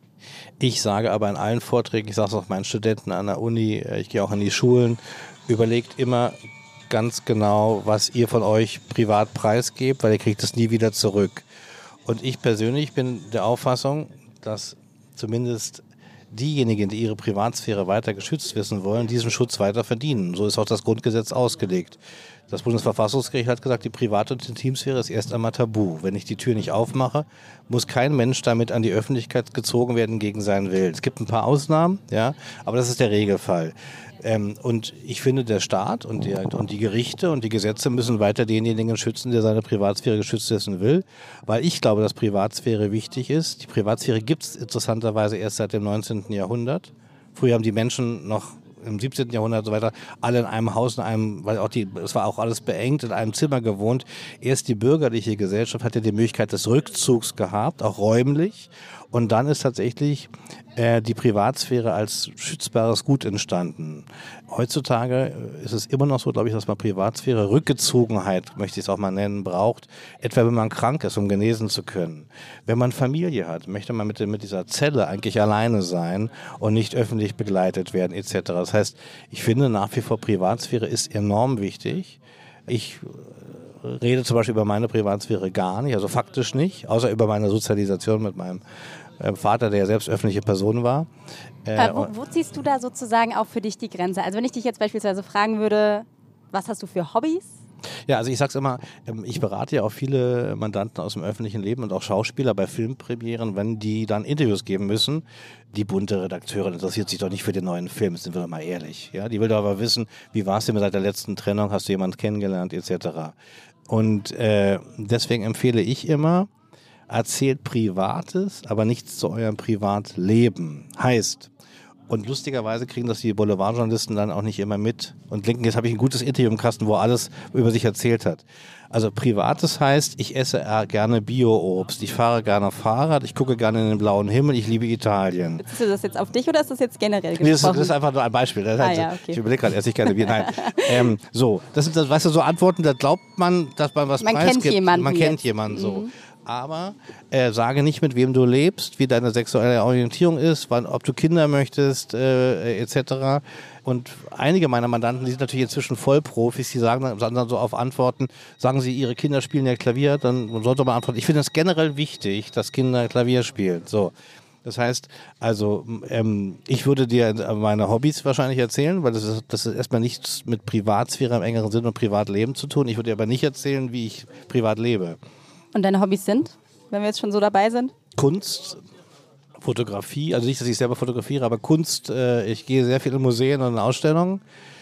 Ich sage aber in allen Vorträgen, ich sage es auch meinen Studenten an der Uni, ich gehe auch in die Schulen, überlegt immer ganz genau, was ihr von euch privat preisgebt, weil ihr kriegt es nie wieder zurück. Und ich persönlich bin der Auffassung, dass zumindest diejenigen, die ihre Privatsphäre weiter geschützt wissen wollen, diesen Schutz weiter verdienen. So ist auch das Grundgesetz ausgelegt. Das Bundesverfassungsgericht hat gesagt, die Privat- und Intimsphäre ist erst einmal tabu. Wenn ich die Tür nicht aufmache, muss kein Mensch damit an die Öffentlichkeit gezogen werden gegen seinen Willen. Es gibt ein paar Ausnahmen, ja, aber das ist der Regelfall. Und ich finde, der Staat und die Gerichte und die Gesetze müssen weiter denjenigen schützen, der seine Privatsphäre geschützt wissen will, weil ich glaube, dass Privatsphäre wichtig ist. Die Privatsphäre gibt es interessanterweise erst seit dem 19. Jahrhundert. Früher haben die Menschen noch im 17. Jahrhundert und so weiter alle in einem Haus, es war auch alles beengt, in einem Zimmer gewohnt. Erst die bürgerliche Gesellschaft hat ja die Möglichkeit des Rückzugs gehabt, auch räumlich. Und dann ist tatsächlich die Privatsphäre als schützbares Gut entstanden. Heutzutage ist es immer noch so, glaube ich, dass man Privatsphäre, Rückgezogenheit, möchte ich es auch mal nennen, braucht. Etwa wenn man krank ist, um genesen zu können. Wenn man Familie hat, möchte man mit dieser Zelle eigentlich alleine sein und nicht öffentlich begleitet werden etc. Das heißt, ich finde nach wie vor Privatsphäre ist enorm wichtig. Ich rede zum Beispiel über meine Privatsphäre gar nicht, also faktisch nicht, außer über meine Sozialisation mit meinem Vater, der ja selbst öffentliche Person war. Wo ziehst du da sozusagen auch für dich die Grenze? Also wenn ich dich jetzt beispielsweise fragen würde, was hast du für Hobbys? Ja, also ich sag's immer, ich berate ja auch viele Mandanten aus dem öffentlichen Leben und auch Schauspieler bei Filmpremieren, wenn die dann Interviews geben müssen. Die bunte Redakteurin interessiert sich doch nicht für den neuen Film, sind wir doch mal ehrlich. Ja, die will doch aber wissen, wie war es denn seit der letzten Trennung, hast du jemanden kennengelernt etc. Und deswegen empfehle ich immer, erzählt Privates, aber nichts zu eurem Privatleben. Heißt, und lustigerweise kriegen das die Boulevardjournalisten dann auch nicht immer mit. Und denken, jetzt habe ich ein gutes Interview im Kasten, wo er alles über sich erzählt hat. Also Privates heißt, ich esse gerne Bio-Obst, ich fahre gerne Fahrrad, ich gucke gerne in den blauen Himmel, ich liebe Italien. Ist das jetzt auf dich oder ist das jetzt generell gesprochen? Nee, das ist einfach nur ein Beispiel. Okay. Ich überlege gerade, esse ich gerne Bier. Nein. So, das sind, weißt du, so Antworten, da glaubt man, dass man was preisgibt. Man kennt jemanden so. Aber sage nicht, mit wem du lebst, wie deine sexuelle Orientierung ist, ob du Kinder möchtest, etc. Und einige meiner Mandanten, die sind natürlich inzwischen Vollprofis, die sagen dann so auf Antworten, sagen sie, ihre Kinder spielen ja Klavier, dann sollte man antworten. Ich finde es generell wichtig, dass Kinder Klavier spielen. So. Das heißt, also ich würde dir meine Hobbys wahrscheinlich erzählen, weil das ist erstmal nichts mit Privatsphäre im engeren Sinn und Privatleben zu tun. Ich würde dir aber nicht erzählen, wie ich privat lebe. Und deine Hobbys sind, wenn wir jetzt schon so dabei sind? Kunst, Fotografie, also nicht, dass ich selber fotografiere, aber Kunst, ich gehe sehr viel in Museen und in Ausstellungen.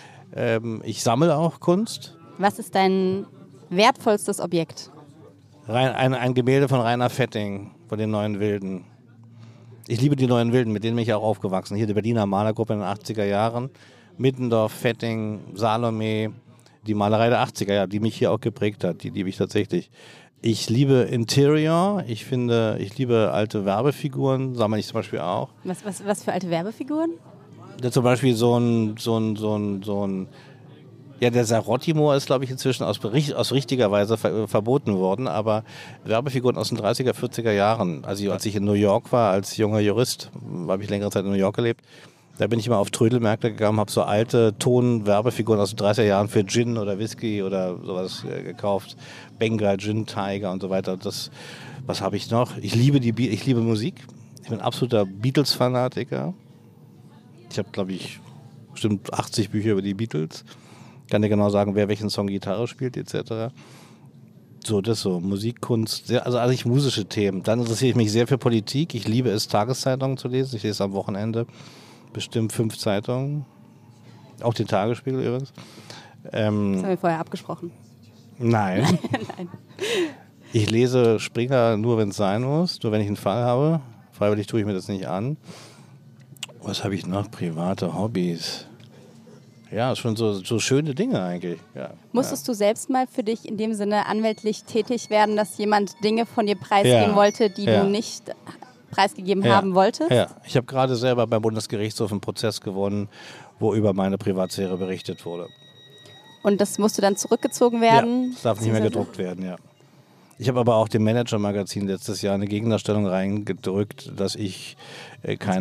Ich sammle auch Kunst. Was ist dein wertvollstes Objekt? Ein Gemälde von Rainer Fetting, von den Neuen Wilden. Ich liebe die Neuen Wilden, mit denen bin ich auch aufgewachsen. Hier die Berliner Malergruppe in den 80er Jahren. Middendorf, Fetting, Salome, die Malerei der 80er Jahre, die mich hier auch geprägt hat, die liebe ich tatsächlich. Ich liebe Interior. Ich liebe alte Werbefiguren, sammle ich zum Beispiel auch. Was für alte Werbefiguren? Ja, zum Beispiel so ein ja, der Sarottimo ist, glaube ich, inzwischen aus richtiger Weise verboten worden, aber Werbefiguren aus den 30er, 40er Jahren, also als ich in New York war, als junger Jurist, habe ich längere Zeit in New York gelebt, da bin ich immer auf Trödelmärkte gegangen, habe so alte Ton-Werbefiguren aus den 30er Jahren für Gin oder Whisky oder sowas gekauft, Bengal, Gin, Tiger und so weiter. Was habe ich noch? Ich liebe Musik, ich bin absoluter Beatles-Fanatiker. Ich habe, glaube ich, bestimmt 80 Bücher über die Beatles. Kann dir genau sagen, wer welchen Song Gitarre spielt, etc. So, das so, Musik, Kunst, also eigentlich musische Themen. Dann interessiere ich mich sehr für Politik. Ich liebe es, Tageszeitungen zu lesen. Ich lese am Wochenende bestimmt 5 Zeitungen. Auch den Tagesspiegel übrigens. Das haben wir vorher abgesprochen. Nein. Nein. Ich lese Springer nur, wenn es sein muss, nur wenn ich einen Fall habe. Freiwillig tue ich mir das nicht an. Was habe ich noch? Private Hobbys. Ja, schon so schöne Dinge eigentlich. Ja. Musstest du selbst mal für dich in dem Sinne anwältlich tätig werden, dass jemand Dinge von dir preisgeben wollte, die du nicht preisgegeben haben wolltest? Ja, ich habe gerade selber beim Bundesgerichtshof einen Prozess gewonnen, wo über meine Privatsphäre berichtet wurde. Und das musste dann zurückgezogen werden? Ja, das darf nicht mehr gedruckt werden, ja. Ich habe aber auch dem Manager-Magazin letztes Jahr eine Gegnerstellung reingedrückt, dass ich keinen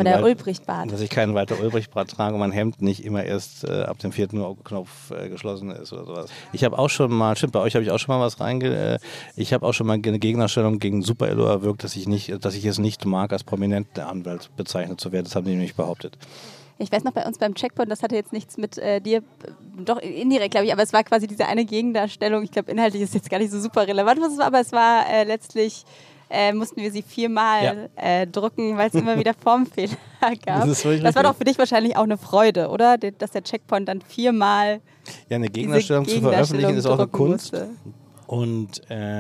Walter Ulbricht-Bart trage und mein Hemd nicht immer erst ab dem 4. Knopf geschlossen ist oder sowas. Ich habe auch schon mal, stimmt, bei euch habe ich auch schon mal was ich habe auch schon mal eine Gegnerstellung gegen Super-Elo erwirkt, dass ich es nicht mag, als prominenter Anwalt bezeichnet zu werden. Das haben die nämlich behauptet. Ich weiß noch, bei uns beim Checkpoint, das hatte jetzt nichts mit dir, doch indirekt, glaube ich, aber es war quasi diese eine Gegendarstellung. Ich glaube, inhaltlich ist jetzt gar nicht so super relevant, was es war, aber es war letztlich, mussten wir sie 4-mal drucken, weil es immer wieder Formfehler gab. Das war doch für dich wahrscheinlich auch eine Freude, oder? Dass der Checkpoint dann 4-mal eine Gegendarstellung zu veröffentlichen ist auch eine Kunst. Musste. Und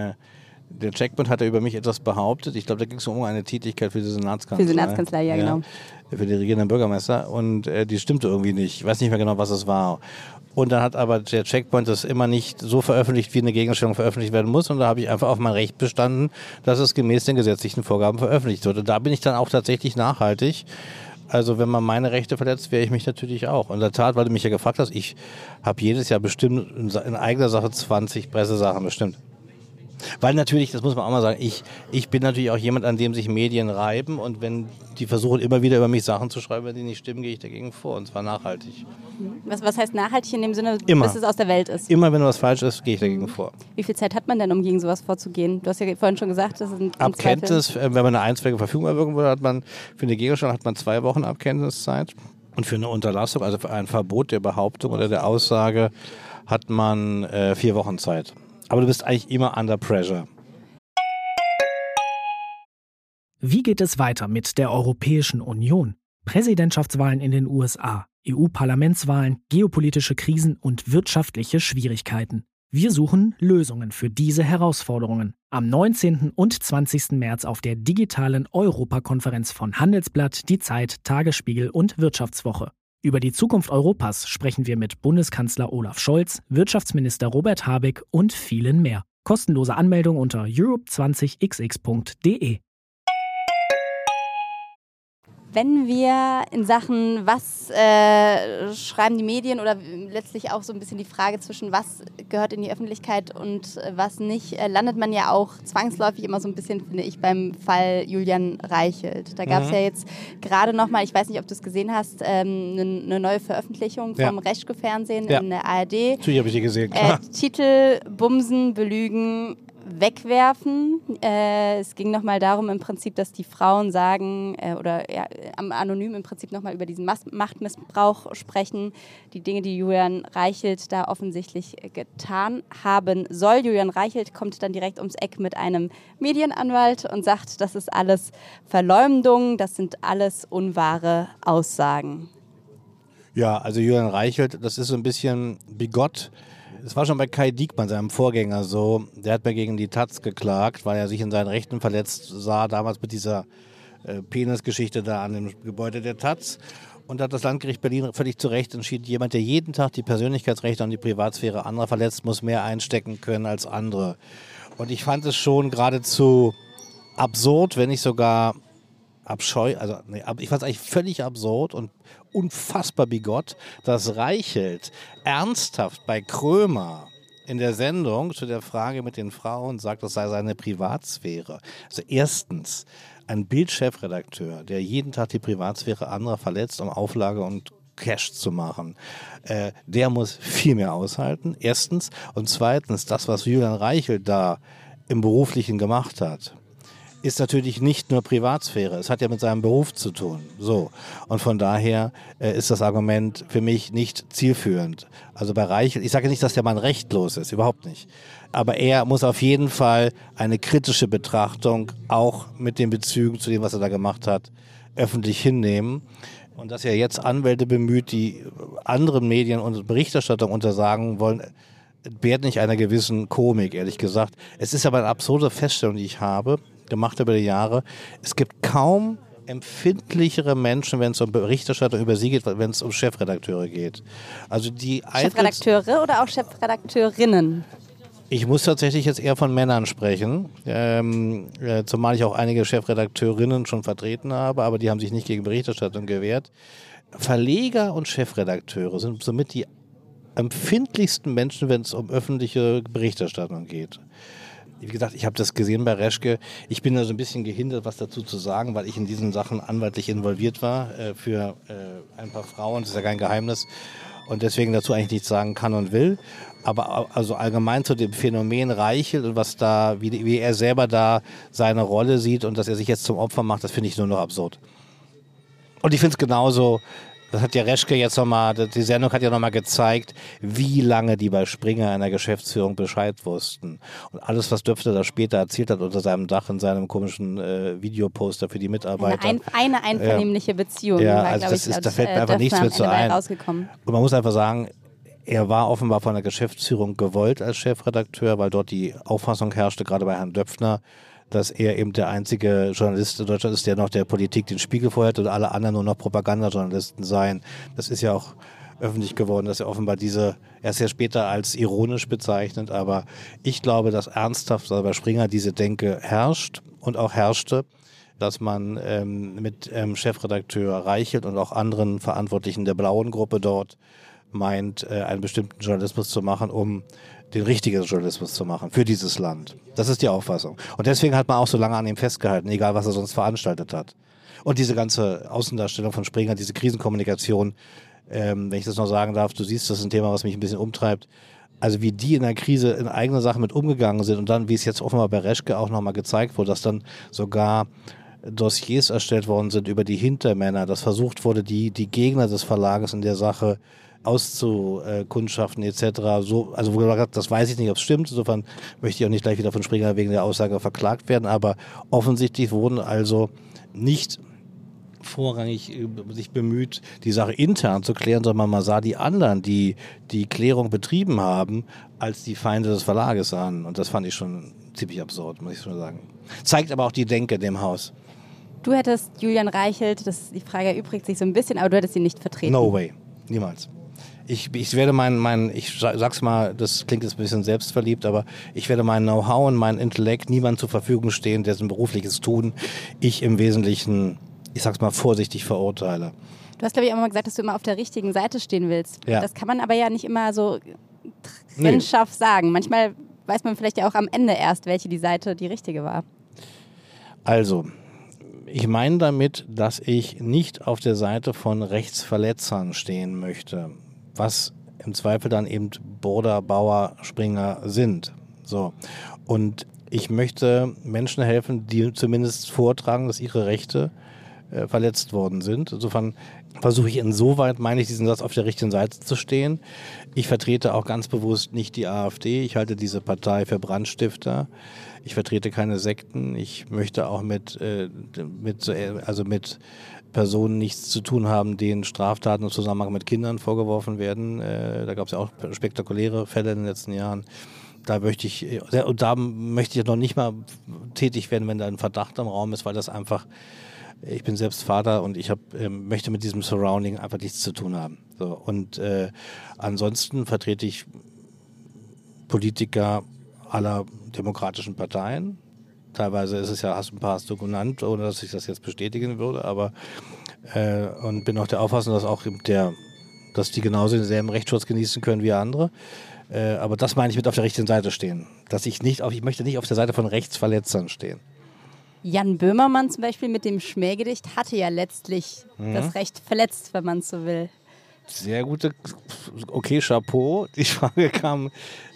der Checkpoint hat über mich etwas behauptet. Ich glaube, da ging es um eine Tätigkeit für die Senatskanzlei. Für die Senatskanzlei, ja, genau. Für den regierenden Bürgermeister. Und die stimmte irgendwie nicht. Ich weiß nicht mehr genau, was es war. Und dann hat aber der Checkpoint das immer nicht so veröffentlicht, wie eine Gegenstellung veröffentlicht werden muss. Und da habe ich einfach auf mein Recht bestanden, dass es gemäß den gesetzlichen Vorgaben veröffentlicht wird. Und da bin ich dann auch tatsächlich nachhaltig. Also wenn man meine Rechte verletzt, wehre ich mich natürlich auch. Und in der Tat, weil du mich ja gefragt hast, ich habe jedes Jahr bestimmt in eigener Sache 20 Pressesachen bestimmt. Weil natürlich, das muss man auch mal sagen, ich bin natürlich auch jemand, an dem sich Medien reiben und wenn die versuchen immer wieder über mich Sachen zu schreiben, wenn die nicht stimmen, gehe ich dagegen vor und zwar nachhaltig. Was heißt nachhaltig in dem Sinne, immer. Bis es aus der Welt ist? Immer, wenn was falsch ist, gehe ich dagegen vor. Wie viel Zeit hat man denn, um gegen sowas vorzugehen? Du hast ja vorhin schon gesagt, das sind ab Kenntnis, wenn man eine einstweilige Verfügung erwirken würde, hat man für eine Gegenstellung hat man 2 Wochen Abkenntniszeit und für eine Unterlassung, also für ein Verbot der Behauptung oder der Aussage, hat man 4 Wochen Zeit. Aber du bist eigentlich immer under pressure. Wie geht es weiter mit der Europäischen Union? Präsidentschaftswahlen in den USA, EU-Parlamentswahlen, geopolitische Krisen und wirtschaftliche Schwierigkeiten. Wir suchen Lösungen für diese Herausforderungen. Am 19. und 20. März auf der digitalen Europakonferenz von Handelsblatt, Die Zeit, Tagesspiegel und Wirtschaftswoche. Über die Zukunft Europas sprechen wir mit Bundeskanzler Olaf Scholz, Wirtschaftsminister Robert Habeck und vielen mehr. Kostenlose Anmeldung unter europe20xx.de. Wenn wir in Sachen, was schreiben die Medien oder letztlich auch so ein bisschen die Frage zwischen was gehört in die Öffentlichkeit und was nicht, landet man ja auch zwangsläufig immer so ein bisschen, finde ich, beim Fall Julian Reichelt. Da gab es ja jetzt gerade nochmal, ich weiß nicht, ob du es gesehen hast, eine neue Veröffentlichung vom Reschke-Fernsehen in der ARD. Natürlich habe ich die gesehen, klar. Titel Bumsen, Belügen, Wegwerfen. Es ging nochmal darum im Prinzip, dass die Frauen sagen anonym im Prinzip nochmal über diesen Machtmissbrauch sprechen. Die Dinge, die Julian Reichelt da offensichtlich getan haben soll. Julian Reichelt kommt dann direkt ums Eck mit einem Medienanwalt und sagt, das ist alles Verleumdung, das sind alles unwahre Aussagen. Ja, also Julian Reichelt, das ist so ein bisschen bigott. Es war schon bei Kai Diekmann, seinem Vorgänger, so. Der hat mir gegen die Taz geklagt, weil er sich in seinen Rechten verletzt sah, damals mit dieser Penisgeschichte da an dem Gebäude der Taz. Und da hat das Landgericht Berlin völlig zu Recht entschieden, jemand, der jeden Tag die Persönlichkeitsrechte und die Privatsphäre anderer verletzt, muss mehr einstecken können als andere. Und ich fand es schon geradezu absurd, wenn nicht sogar ich fand es eigentlich völlig absurd und unfassbar bigott, dass Reichelt ernsthaft bei Krömer in der Sendung zu der Frage mit den Frauen sagt, das sei seine Privatsphäre. Also erstens, ein Bild-Chefredakteur, der jeden Tag die Privatsphäre anderer verletzt, um Auflage und Cash zu machen, der muss viel mehr aushalten, erstens. Und zweitens, das, was Julian Reichelt da im Beruflichen gemacht hat, ist natürlich nicht nur Privatsphäre. Es hat ja mit seinem Beruf zu tun. So. Und von daher ist das Argument für mich nicht zielführend. Also bei Reichelt, ich sage nicht, dass der Mann rechtlos ist, überhaupt nicht. Aber er muss auf jeden Fall eine kritische Betrachtung auch mit den Bezügen zu dem, was er da gemacht hat, öffentlich hinnehmen. Und dass er jetzt Anwälte bemüht, die anderen Medien und Berichterstattung untersagen wollen, entbehrt nicht einer gewissen Komik, ehrlich gesagt. Es ist aber eine absurde Feststellung, die ich habe, gemacht über die Jahre. Es gibt kaum empfindlichere Menschen, wenn es um Berichterstattung über sie geht, wenn es um Chefredakteure geht. Also die Chefredakteure oder auch Chefredakteurinnen? Ich muss tatsächlich jetzt eher von Männern sprechen, zumal ich auch einige Chefredakteurinnen schon vertreten habe, aber die haben sich nicht gegen Berichterstattung gewehrt. Verleger und Chefredakteure sind somit die empfindlichsten Menschen, wenn es um öffentliche Berichterstattung geht. Wie gesagt, ich habe das gesehen bei Reschke. Ich bin da so ein bisschen gehindert, was dazu zu sagen, weil ich in diesen Sachen anwaltlich involviert war für ein paar Frauen. Das ist ja kein Geheimnis. Und deswegen dazu eigentlich nichts sagen kann und will. Aber also allgemein zu dem Phänomen Reichelt und was da, wie er selber da seine Rolle sieht und dass er sich jetzt zum Opfer macht, das finde ich nur noch absurd. Und ich finde es genauso. Das hat ja Reschke jetzt nochmal, die Sendung hat ja nochmal gezeigt, wie lange die bei Springer in der Geschäftsführung Bescheid wussten. Und alles, was Döpfner da später erzählt hat unter seinem Dach in seinem komischen Videoposter für die Mitarbeiter. Eine einvernehmliche Beziehung ja, war, also glaube ich, da fällt mir einfach nichts mehr zu ein. Rausgekommen. Und man muss einfach sagen, er war offenbar von der Geschäftsführung gewollt als Chefredakteur, weil dort die Auffassung herrschte, gerade bei Herrn Döpfner, dass er eben der einzige Journalist in Deutschland ist, der noch der Politik den Spiegel vorhält und alle anderen nur noch Propagandajournalisten seien. Das ist ja auch öffentlich geworden, dass er offenbar erst ja später als ironisch bezeichnet, aber ich glaube, dass ernsthaft bei Springer diese Denke herrscht und auch herrschte, dass man mit Chefredakteur Reichelt und auch anderen Verantwortlichen der blauen Gruppe dort meint, einen bestimmten Journalismus zu machen, um den richtigen Journalismus zu machen für dieses Land. Das ist die Auffassung. Und deswegen hat man auch so lange an ihm festgehalten, egal was er sonst veranstaltet hat. Und diese ganze Außendarstellung von Springer, diese Krisenkommunikation, wenn ich das noch sagen darf, du siehst, das ist ein Thema, was mich ein bisschen umtreibt. Also wie die in der Krise in eigene Sachen mit umgegangen sind und dann, wie es jetzt offenbar bei Reschke auch nochmal gezeigt wurde, dass dann sogar Dossiers erstellt worden sind über die Hintermänner, dass versucht wurde, die Gegner des Verlages in der Sache auszukundschaften etc. So, also wo gesagt, das weiß ich nicht, ob es stimmt. Insofern möchte ich auch nicht gleich wieder von Springer wegen der Aussage verklagt werden. Aber offensichtlich wurden also nicht vorrangig sich bemüht, die Sache intern zu klären, sondern man sah die anderen, die die Klärung betrieben haben, als die Feinde des Verlages an. Und das fand ich schon ziemlich absurd, muss ich schon sagen. Zeigt aber auch die Denke in dem Haus. Du hättest Julian Reichelt, die Frage erübrigt sich so ein bisschen, aber du hättest ihn nicht vertreten. No way. Niemals. Ich werde ich sag's mal, das klingt jetzt ein bisschen selbstverliebt, aber ich werde mein Know-how und mein Intellekt niemandem zur Verfügung stehen, dessen berufliches Tun ich im Wesentlichen, ich sag's mal vorsichtig, verurteile. Du hast, glaube ich, auch mal gesagt, dass du immer auf der richtigen Seite stehen willst. Ja. Das kann man aber ja nicht immer so trennscharf sagen. Manchmal weiß man vielleicht ja auch am Ende erst, welche die Seite die richtige war. Also, ich meine damit, dass ich nicht auf der Seite von Rechtsverletzern stehen möchte, was im Zweifel dann eben Burda, Bauer, Springer sind. So. Und ich möchte Menschen helfen, die zumindest vortragen, dass ihre Rechte verletzt worden sind. Insofern versuche ich insoweit, meine ich, diesen Satz, auf der richtigen Seite zu stehen. Ich vertrete auch ganz bewusst nicht die AfD. Ich halte diese Partei für Brandstifter. Ich vertrete keine Sekten. Ich möchte auch mit Personen nichts zu tun haben, denen Straftaten im Zusammenhang mit Kindern vorgeworfen werden. Da gab es ja auch spektakuläre Fälle in den letzten Jahren. Da möchte ich noch nicht mal tätig werden, wenn da ein Verdacht im Raum ist, weil das einfach, ich bin selbst Vater und ich möchte mit diesem Surrounding einfach nichts zu tun haben. So, und ansonsten vertrete ich Politiker aller demokratischen Parteien. Teilweise ist es ja, hast du genannt, ohne dass ich das jetzt bestätigen würde, aber und bin auch der Auffassung, dass die genauso denselben Rechtsschutz genießen können wie andere. Aber das meine ich mit auf der richtigen Seite stehen. Ich möchte nicht auf der Seite von Rechtsverletzern stehen. Jan Böhmermann zum Beispiel mit dem Schmähgedicht hatte ja letztlich das Recht verletzt, wenn man so will. Sehr gute, okay, Chapeau. Die Frage kam,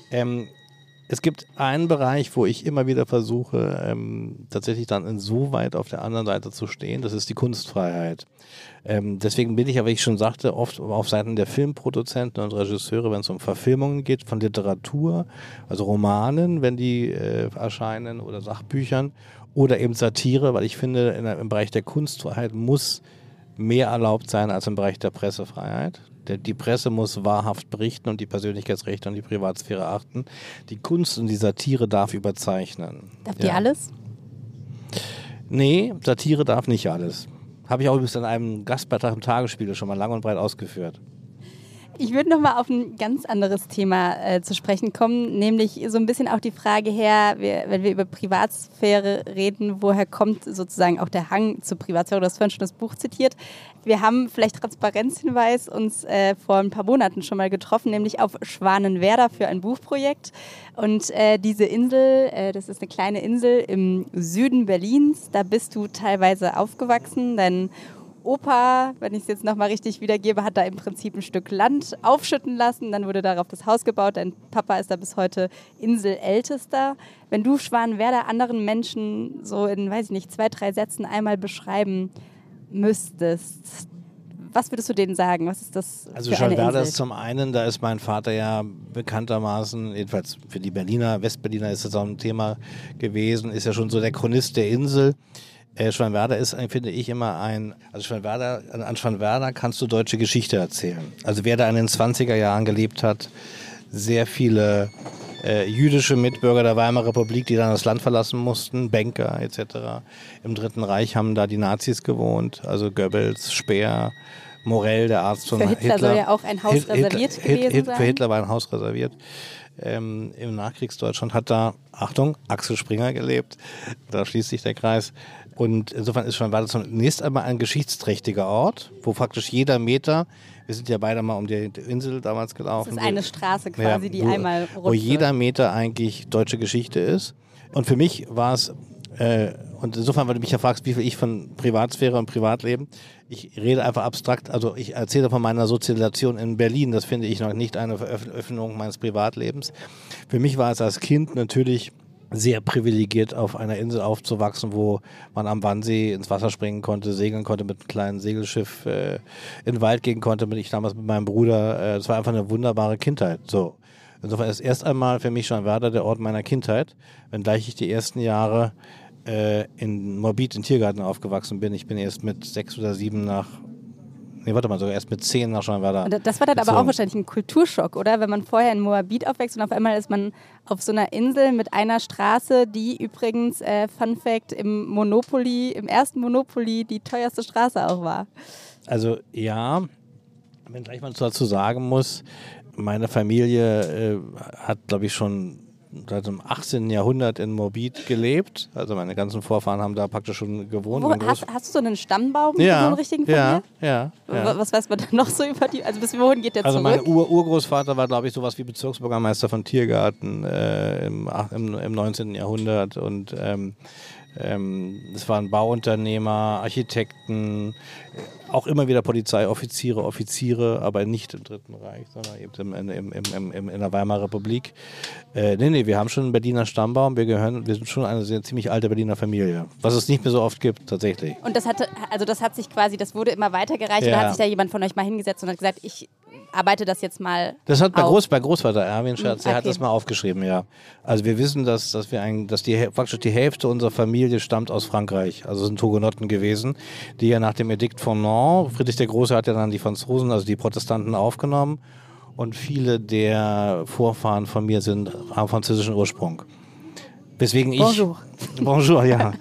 es gibt einen Bereich, wo ich immer wieder versuche, tatsächlich dann insoweit auf der anderen Seite zu stehen, das ist die Kunstfreiheit. Deswegen bin ich ja, wie ich schon sagte, oft auf Seiten der Filmproduzenten und Regisseure, wenn es um Verfilmungen geht, von Literatur, also Romanen, wenn die erscheinen oder Sachbüchern oder eben Satire, weil ich finde, im Bereich der Kunstfreiheit muss mehr erlaubt sein als im Bereich der Pressefreiheit. Die Presse muss wahrhaft berichten und die Persönlichkeitsrechte und die Privatsphäre achten. Die Kunst und die Satire darf überzeichnen. Darf die alles? Nee, Satire darf nicht alles. Habe ich auch übrigens in einem Gastbeitrag im Tagesspiegel schon mal lang und breit ausgeführt. Ich würde noch mal auf ein ganz anderes Thema zu sprechen kommen, nämlich so ein bisschen auch die Frage her, wenn wir über Privatsphäre reden, woher kommt sozusagen auch der Hang zur Privatsphäre? Du hast vorhin schon das Buch zitiert. Wir haben vielleicht Transparenzhinweis uns vor ein paar Monaten schon mal getroffen, nämlich auf Schwanenwerder für ein Buchprojekt. Und diese Insel, das ist eine kleine Insel im Süden Berlins, da bist du teilweise aufgewachsen. Dein Opa, wenn ich es jetzt nochmal richtig wiedergebe, hat da im Prinzip ein Stück Land aufschütten lassen, dann wurde darauf das Haus gebaut, dein Papa ist da bis heute Inselältester. Wenn du Schwanenwerder anderen Menschen so in, 2, 3 Sätzen einmal beschreiben müsstest, was würdest du denen sagen? Was ist das Also für eine Schwanenwerder Insel? ist zum einen, da ist mein Vater ja bekanntermaßen, jedenfalls für die Westberliner ist das auch ein Thema gewesen, ist ja schon so der Chronist der Insel. Schwanenwerder ist, finde ich, immer an Schwanenwerder kannst du deutsche Geschichte erzählen. Also wer da in den 20er Jahren gelebt hat, sehr viele jüdische Mitbürger der Weimarer Republik, die dann das Land verlassen mussten, Banker etc. Im Dritten Reich haben da die Nazis gewohnt, also Goebbels, Speer, Morell, der Arzt von Hitler. Für Hitler soll ja auch ein Haus reserviert gewesen sein. Für Hitler war ein Haus reserviert. Im Nachkriegsdeutschland hat da, Achtung, Axel Springer gelebt. Da schließt sich der Kreis. Und insofern ist Schwanenwerder zunächst einmal ein geschichtsträchtiger Ort, wo praktisch jeder Meter, wir sind ja beide mal um die Insel damals gelaufen. Das ist eine Straße quasi, die einmal rund wo jeder Meter eigentlich deutsche Geschichte ist. Und für mich war es, und insofern, weil du mich ja fragst, wie viel ich von Privatsphäre und Privatleben, ich rede einfach abstrakt, also ich erzähle von meiner Sozialisation in Berlin, das finde ich noch nicht eine Veröffentlichung meines Privatlebens. Für mich war es als Kind natürlich sehr privilegiert, auf einer Insel aufzuwachsen, wo man am Wannsee ins Wasser springen konnte, segeln konnte mit einem kleinen Segelschiff, in den Wald gehen konnte, ich damals mit meinem Bruder. Das war einfach eine wunderbare Kindheit. So. Insofern ist erst einmal für mich Schwanenwerder der Ort meiner Kindheit, wenngleich ich die ersten Jahre in Morbid in Tiergarten aufgewachsen bin. Ich bin erst mit 6 oder 7 sogar erst mit 10 nach Schwanenwerder. Und das war dann aber auch wahrscheinlich ein Kulturschock, oder? Wenn man vorher in Moabit aufwächst und auf einmal ist man auf so einer Insel mit einer Straße, die übrigens, Fun Fact, im ersten Monopoly die teuerste Straße auch war. Also ja, wenngleich man dazu sagen muss, meine Familie hat, glaube ich, schon seit dem 18. Jahrhundert in Moabit gelebt. Also meine ganzen Vorfahren haben da praktisch schon gewohnt. Hast du so einen Stammbaum für so einen richtigen Familie? Ja. Was weiß man da noch so über die? Also bis wohin geht der zurück? Also mein Urgroßvater war, glaube ich, sowas wie Bezirksbürgermeister von Tiergarten im 19. Jahrhundert und es waren Bauunternehmer, Architekten, auch immer wieder Polizeioffiziere, Offiziere, aber nicht im Dritten Reich, sondern eben in der Weimarer Republik. Wir haben schon einen Berliner Stammbaum, wir sind schon eine sehr ziemlich alte Berliner Familie, was es nicht mehr so oft gibt, tatsächlich. Und das wurde immer weitergereicht, oder hat sich da jemand von euch mal hingesetzt und hat gesagt, ich arbeite das jetzt mal Das hat bei auf. bei Großvater Erwin Scherz, der hat das mal aufgeschrieben, ja. Also wir wissen, dass praktisch die Hälfte unserer Familie stammt aus Frankreich. Also es sind Hugenotten gewesen, die ja nach dem Edikt von Nantes, Friedrich der Große hat ja dann die Franzosen, also die Protestanten aufgenommen und viele der Vorfahren von mir haben französischen Ursprung. Weswegen Bonjour, ja.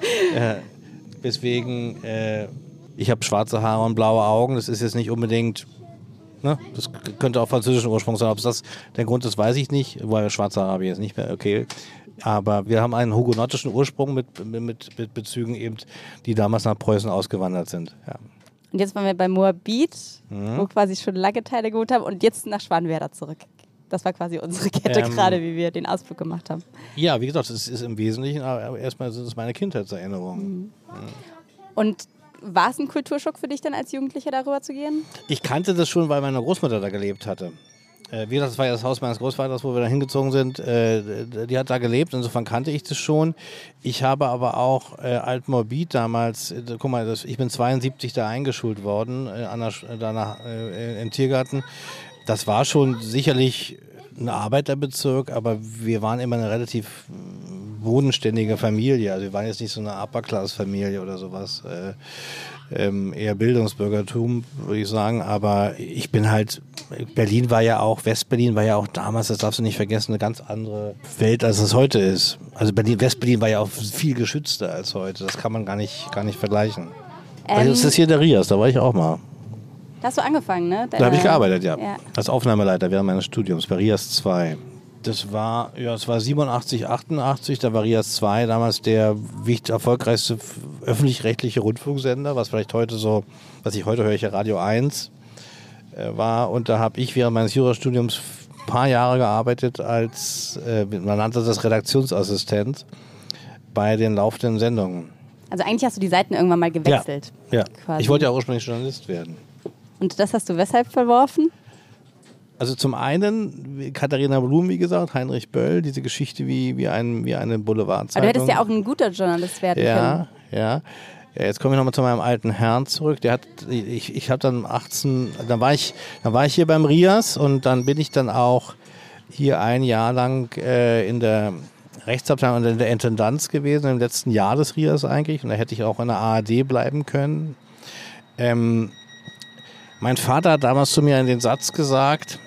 Ich habe schwarze Haare und blaue Augen, das ist jetzt nicht unbedingt Ne? Das könnte auch französischen Ursprung sein. Ob das der Grund ist, weiß ich nicht, weil schwarzer Arabier ist nicht mehr okay. Aber wir haben einen hugenottischen Ursprung mit Bezügen eben, die damals nach Preußen ausgewandert sind. Ja. Und jetzt waren wir bei Moabit, wo quasi schon lange Teile gewohnt haben und jetzt nach Schwanwerder zurück. Das war quasi unsere Kette gerade, wie wir den Ausflug gemacht haben. Ja, wie gesagt, es ist im Wesentlichen, aber erstmal sind es meine Kindheitserinnerungen. Und war es ein Kulturschock für dich dann als Jugendlicher, darüber zu gehen? Ich kannte das schon, weil meine Großmutter da gelebt hatte. Wie gesagt, das war ja das Haus meines Großvaters, wo wir da hingezogen sind. Die hat da gelebt, insofern kannte ich das schon. Ich habe aber auch Alt-Moabit damals, guck mal, ich bin 72 da eingeschult worden, im Tiergarten. Das war schon sicherlich ein Arbeiterbezirk, aber wir waren immer eine relativ bodenständige Familie. Also wir waren jetzt nicht so eine Upper-Class-Familie oder sowas. Eher Bildungsbürgertum, würde ich sagen. Aber ich bin halt, Berlin war ja auch, West-Berlin war ja auch damals, das darfst du nicht vergessen, eine ganz andere Welt, als es heute ist. Also West-Berlin war ja auch viel geschützter als heute. Das kann man gar nicht vergleichen. Das ist hier der Rias, da war ich auch mal. Da hast du angefangen, ne? Da habe ich gearbeitet, ja. Als Aufnahmeleiter während meines Studiums bei Rias 2. Das war 87, 88, da war Rias 2 damals der erfolgreichste öffentlich-rechtliche Rundfunksender, was vielleicht heute so, was ich heute höre, ich ja Radio 1 war. Und da habe ich während meines Jurastudiums ein paar Jahre gearbeitet als, man nannte das Redaktionsassistent bei den laufenden Sendungen. Also eigentlich hast du die Seiten irgendwann mal gewechselt. Ja. Ich wollte ja ursprünglich Journalist werden. Und das hast du weshalb verworfen? Also zum einen Katharina Blum, wie gesagt, Heinrich Böll, diese Geschichte wie eine Boulevardzeitung. Aber du hättest ja auch ein guter Journalist werden können. Ja, jetzt komme ich nochmal zu meinem alten Herrn zurück. Ich habe dann 18, dann war ich hier beim Rias und dann bin ich dann auch hier ein Jahr lang in der Rechtsabteilung und in der Intendanz gewesen, im letzten Jahr des Rias eigentlich. Und da hätte ich auch in der ARD bleiben können. Mein Vater hat damals zu mir den Satz gesagt,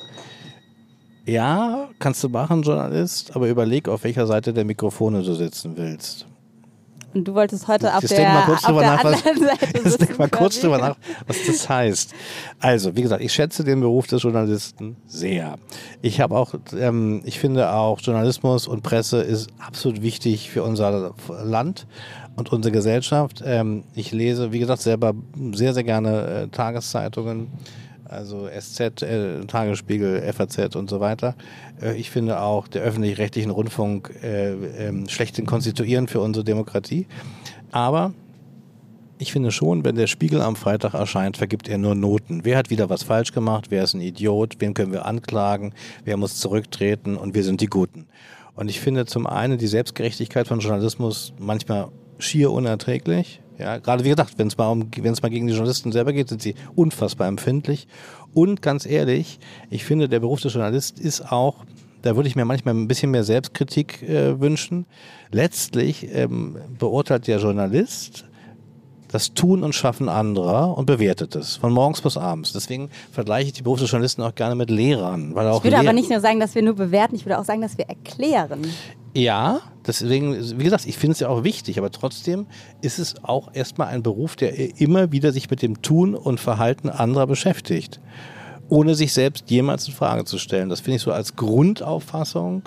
ja, kannst du machen, Journalist, aber überleg, auf welcher Seite der Mikrofone du sitzen willst. Und du wolltest heute auf der anderen Seite sitzen. Denk mal kurz drüber nach, was das heißt. Also, wie gesagt, ich schätze den Beruf des Journalisten sehr. Ich finde auch, Journalismus und Presse ist absolut wichtig für unser Land und unsere Gesellschaft. Ich lese, wie gesagt, selber sehr, sehr gerne Tageszeitungen, also SZ, Tagesspiegel, FAZ und so weiter. Ich finde auch der öffentlich-rechtlichen Rundfunk schlecht konstituierend für unsere Demokratie. Aber ich finde schon, wenn der Spiegel am Freitag erscheint, vergibt er nur Noten. Wer hat wieder was falsch gemacht? Wer ist ein Idiot? Wen können wir anklagen? Wer muss zurücktreten? Und wir sind die Guten. Und ich finde zum einen die Selbstgerechtigkeit von Journalismus manchmal schier unerträglich. Ja, gerade wie gesagt, wenn es mal gegen die Journalisten selber geht, sind sie unfassbar empfindlich. Und ganz ehrlich, ich finde, der Beruf des Journalisten ist auch, da würde ich mir manchmal ein bisschen mehr Selbstkritik wünschen. Letztlich beurteilt der Journalist das Tun und Schaffen anderer und bewertet es, von morgens bis abends. Deswegen vergleiche ich die Berufe des Journalisten auch gerne mit Lehrern. Weil auch ich würde aber nicht nur sagen, dass wir nur bewerten, ich würde auch sagen, dass wir erklären. Ja, deswegen, wie gesagt, ich finde es ja auch wichtig, aber trotzdem ist es auch erstmal ein Beruf, der immer wieder sich mit dem Tun und Verhalten anderer beschäftigt, ohne sich selbst jemals in Frage zu stellen. Das finde ich so als Grundauffassung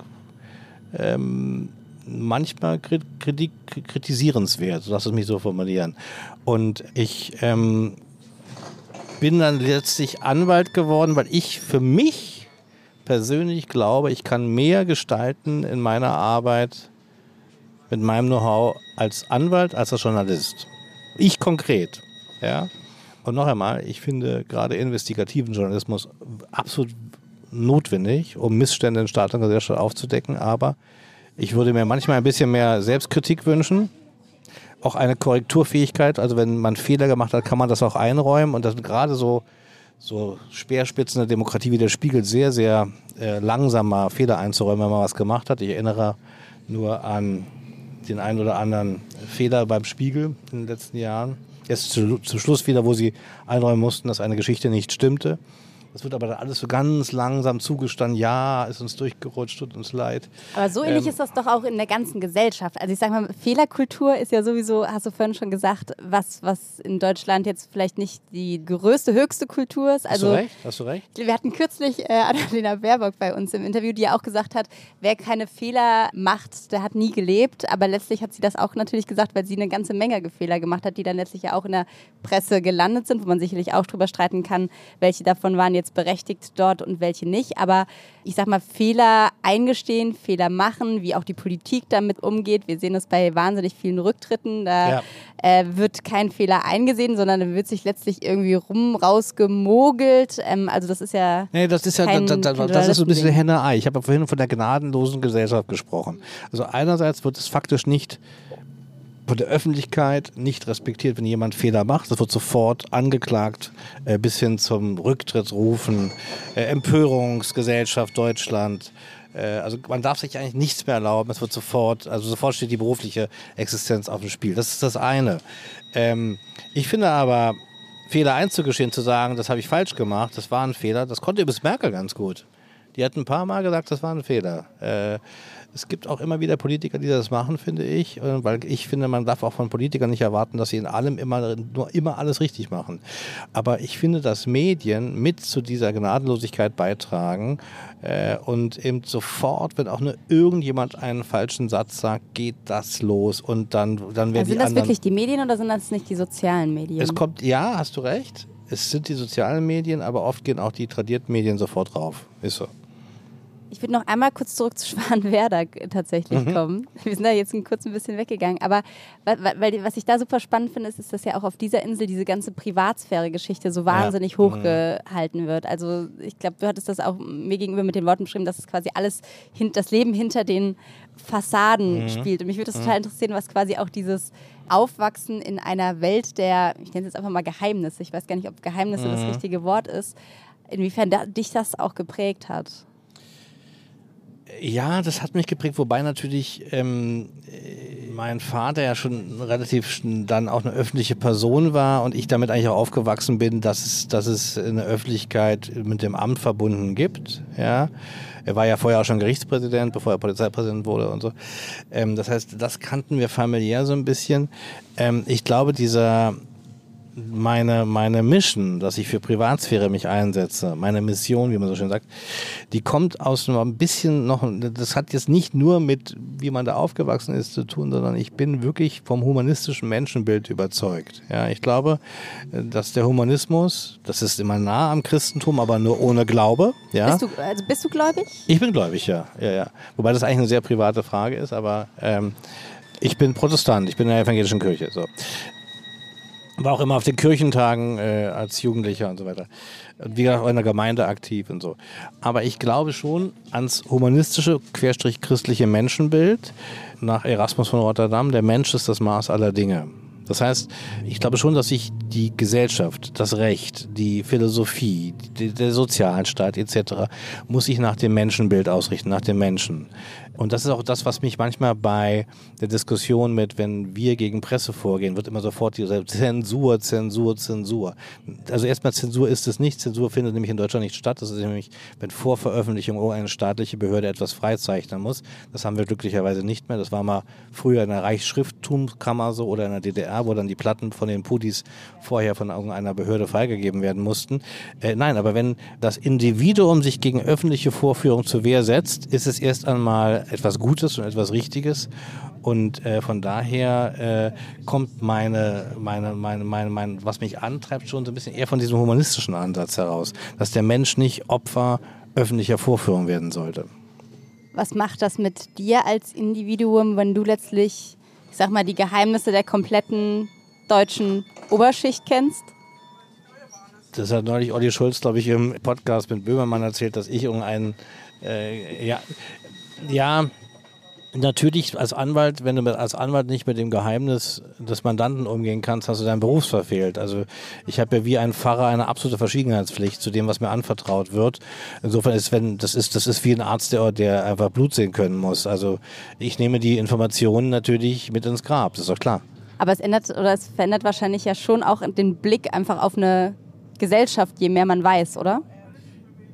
manchmal kritisierenswert, lass es mich so formulieren. Und ich bin dann letztlich Anwalt geworden, weil ich für mich persönlich glaube, ich kann mehr gestalten in meiner Arbeit mit meinem Know-how als Anwalt, als als Journalist. Ich konkret. Ja? Und noch einmal, ich finde gerade investigativen Journalismus absolut notwendig, um Missstände in Staat und Gesellschaft aufzudecken, aber ich würde mir manchmal ein bisschen mehr Selbstkritik wünschen, auch eine Korrekturfähigkeit, also wenn man Fehler gemacht hat, kann man das auch einräumen und das sind gerade so Speerspitzen der Demokratie wie der Spiegel sehr, sehr langsamer Fehler einzuräumen, wenn man was gemacht hat. Ich erinnere nur an den einen oder anderen Fehler beim Spiegel in den letzten Jahren. Jetzt zum Schluss wieder, wo sie einräumen mussten, dass eine Geschichte nicht stimmte. Das wird aber dann alles so ganz langsam zugestanden. Ja, ist uns durchgerutscht, tut uns leid. Aber so ähnlich ist das doch auch in der ganzen Gesellschaft. Also ich sag mal, Fehlerkultur ist ja sowieso, hast du vorhin schon gesagt, was in Deutschland jetzt vielleicht nicht die größte, höchste Kultur ist. Also, Hast du recht? Wir hatten kürzlich Annalena Baerbock bei uns im Interview, die ja auch gesagt hat, wer keine Fehler macht, der hat nie gelebt. Aber letztlich hat sie das auch natürlich gesagt, weil sie eine ganze Menge Fehler gemacht hat, die dann letztlich ja auch in der Presse gelandet sind, wo man sicherlich auch drüber streiten kann, welche davon waren jetzt berechtigt dort und welche nicht. Aber ich sag mal, Fehler eingestehen, Fehler machen, wie auch die Politik damit umgeht. Wir sehen das bei wahnsinnig vielen Rücktritten. Da wird kein Fehler eingesehen, sondern da wird sich letztlich irgendwie rausgemogelt. Also das ist ja. Nee, das ist so ein bisschen Henne-Ei. Ich habe ja vorhin von der gnadenlosen Gesellschaft gesprochen. Also einerseits wird es faktisch nicht von der Öffentlichkeit nicht respektiert, wenn jemand Fehler macht. Das wird sofort angeklagt, bis hin zum Rücktrittsrufen, Empörungsgesellschaft Deutschland. Also man darf sich eigentlich nichts mehr erlauben. Es wird sofort steht die berufliche Existenz auf dem Spiel. Das ist das eine. Ich finde aber, Fehler einzugestehen, zu sagen, das habe ich falsch gemacht, das war ein Fehler, das konnte übrigens Merkel ganz gut. Die hat ein paar Mal gesagt, das war ein Fehler. Es gibt auch immer wieder Politiker, die das machen, finde ich, weil ich finde, man darf auch von Politikern nicht erwarten, dass sie in allem immer alles richtig machen. Aber ich finde, dass Medien mit zu dieser Gnadenlosigkeit beitragen und eben sofort, wenn auch nur irgendjemand einen falschen Satz sagt, geht das los und dann werden die anderen... Sind das wirklich die Medien oder sind das nicht die sozialen Medien? Es kommt, ja, hast du recht, es sind die sozialen Medien, aber oft gehen auch die tradierten Medien sofort drauf. Ist so. Ich würde noch einmal kurz zurück zu Schwanenwerder tatsächlich kommen. Wir sind da jetzt kurz ein bisschen weggegangen. Aber weil was ich da super spannend finde, ist, dass ja auch auf dieser Insel diese ganze Privatsphäre-Geschichte so wahnsinnig hochgehalten wird. Also ich glaube, du hattest das auch mir gegenüber mit den Worten beschrieben, dass es quasi alles, das Leben hinter den Fassaden spielt. Und mich würde das total interessieren, was quasi auch dieses Aufwachsen in einer Welt der, ich nenne es jetzt einfach mal Geheimnisse, ich weiß gar nicht, ob Geheimnisse das richtige Wort ist, inwiefern dich das auch geprägt hat. Ja, das hat mich geprägt, wobei natürlich mein Vater ja schon relativ dann auch eine öffentliche Person war und ich damit eigentlich auch aufgewachsen bin, dass es eine Öffentlichkeit mit dem Amt verbunden gibt. Ja. Er war ja vorher auch schon Gerichtspräsident, bevor er Polizeipräsident wurde und so. Das heißt, das kannten wir familiär so ein bisschen. Ich glaube, meine Mission, dass ich für Privatsphäre mich einsetze, meine Mission, wie man so schön sagt, die kommt aus ein bisschen noch, das hat jetzt nicht nur mit, wie man da aufgewachsen ist, zu tun, sondern ich bin wirklich vom humanistischen Menschenbild überzeugt. Ja, ich glaube, dass der Humanismus, das ist immer nah am Christentum, aber nur ohne Glaube. Ja. Bist du gläubig? Ich bin gläubig, ja. Wobei das eigentlich eine sehr private Frage ist, aber ich bin Protestant, ich bin in der evangelischen Kirche, so. War auch immer auf den Kirchentagen als Jugendlicher und so weiter. Und wie gesagt, auch in der Gemeinde aktiv und so. Aber ich glaube schon ans humanistische, christliche Menschenbild nach Erasmus von Rotterdam. Der Mensch ist das Maß aller Dinge. Das heißt, ich glaube schon, dass sich die Gesellschaft, das Recht, die Philosophie, der Sozialstaat etc. muss sich nach dem Menschenbild ausrichten, nach dem Menschen. Und das ist auch das, was mich manchmal bei der Diskussion mit, wenn wir gegen Presse vorgehen, wird immer sofort diese Zensur. Also erstmal Zensur ist es nicht. Zensur findet nämlich in Deutschland nicht statt. Das ist nämlich, wenn vor Veröffentlichung eine staatliche Behörde etwas freizeichnen muss. Das haben wir glücklicherweise nicht mehr. Das war mal früher in der Reichsschrifttumskammer so oder in der DDR, wo dann die Platten von den Pudis vorher von irgendeiner Behörde freigegeben werden mussten. Nein, aber wenn das Individuum sich gegen öffentliche Vorführung zur Wehr setzt, ist es erst einmal etwas Gutes und etwas Richtiges und von daher kommt was mich antreibt, schon so ein bisschen eher von diesem humanistischen Ansatz heraus, dass der Mensch nicht Opfer öffentlicher Vorführung werden sollte. Was macht das mit dir als Individuum, wenn du letztlich, ich sag mal, die Geheimnisse der kompletten deutschen Oberschicht kennst? Das hat neulich Olli Schulz, glaube ich, im Podcast mit Böhmermann erzählt, dass ich ja, natürlich als Anwalt, wenn du als Anwalt nicht mit dem Geheimnis des Mandanten umgehen kannst, hast du deinen Beruf verfehlt. Also ich habe ja wie ein Pfarrer eine absolute Verschwiegenheitspflicht zu dem, was mir anvertraut wird. Insofern das ist wie ein Arzt, der einfach Blut sehen können muss. Also ich nehme die Informationen natürlich mit ins Grab, das ist doch klar. Aber es verändert wahrscheinlich ja schon auch den Blick einfach auf eine Gesellschaft, je mehr man weiß, oder?